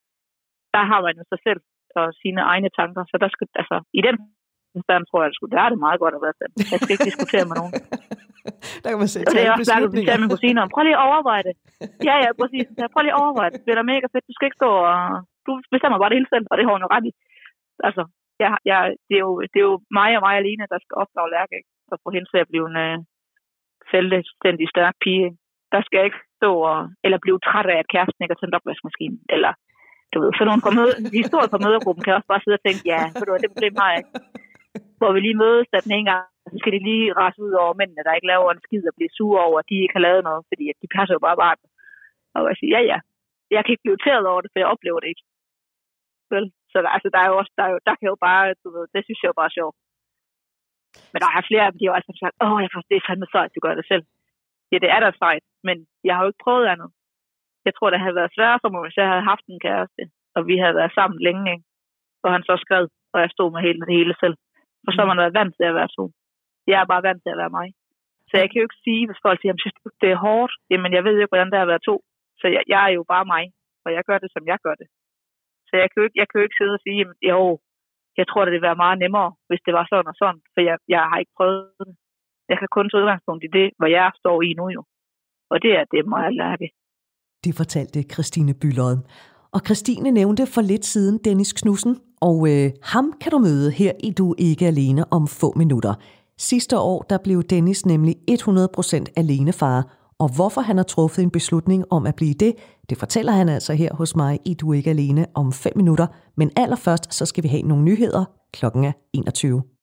der har man jo sig selv og sine egne tanker. Så der skal, altså, i den stand tror jeg, at der er det meget godt at være selv. Jeg skal ikke diskutere med nogen. Der kan man sætte det er også svært at tage min kusine om. Prøv lige at overveje det. Ja, ja, præcis. Prøv lige at overveje det. Det bliver da mega fedt. Du skal ikke stå og... Du bestemmer bare det hele selv, og det har hun jo ret i. Altså, jeg, jeg, det, er jo, det er jo mig og mig alene, der skal opdrage Lærke, ikke? Og få hende til at blive en uh, selvstændig stærk pige. Der skal jeg ikke stå og... Eller blive træt af, at kæresten ikke har tændt opvaskemaskinen. Eller, du ved, så nogle møde, historier fra mødergruppen kan også bare sidde og tænke, ja, for det var det problem, har jeg ikke. Hvor vi lige mødes, at den ene gang, så skal de lige rase ud over mændene, der ikke laver en skid og bliver sure over, at de ikke har lavet noget, fordi at de passer jo bare bare. Og jeg siger, ja, ja, jeg kan ikke blive irriteret over det, for jeg oplever det ikke. Vel? Så der, altså, der er jo også, der, er jo, der kan jo bare, du ved, det synes jeg jo bare er sjovt. Men der er flere af dem, de har jo altså sagt, åh, jeg forstår, det er fandme sejt, du gør det selv. Ja, det er da sejt, men jeg har jo ikke prøvet andet. Jeg tror, det havde været sværere for mig, hvis jeg havde haft en kæreste, og vi havde været sammen længe, ikke? Og han så skrev, og jeg stod med hele, det hele selv. For så har man været vant til at være to. Jeg er bare vant til at være mig. Så jeg kan jo ikke sige, hvis folk siger, at det er hårdt. Jamen, jeg ved jo ikke, hvordan det er at være to. Så jeg, jeg er jo bare mig, og jeg gør det, som jeg gør det. Så jeg kan jo ikke, jeg kan jo ikke sidde og sige, at jo, jeg tror, det ville være meget nemmere, hvis det var sådan og sådan. For jeg, jeg har ikke prøvet det. Jeg kan kun tage udgangspunkt i det, hvor jeg står i nu jo. Og det er det, må jeg lære. Det fortalte Christine Bylod. Og Christine nævnte for lidt siden Dennis Knudsen, og øh, ham kan du møde her i Du Ikke Alene om få minutter. Sidste år der blev Dennis nemlig hundrede procent alenefar, og hvorfor han har truffet en beslutning om at blive det, det fortæller han altså her hos mig i Du Ikke Alene om fem minutter. Men allerførst så skal vi have nogle nyheder. Klokken er enogtyve.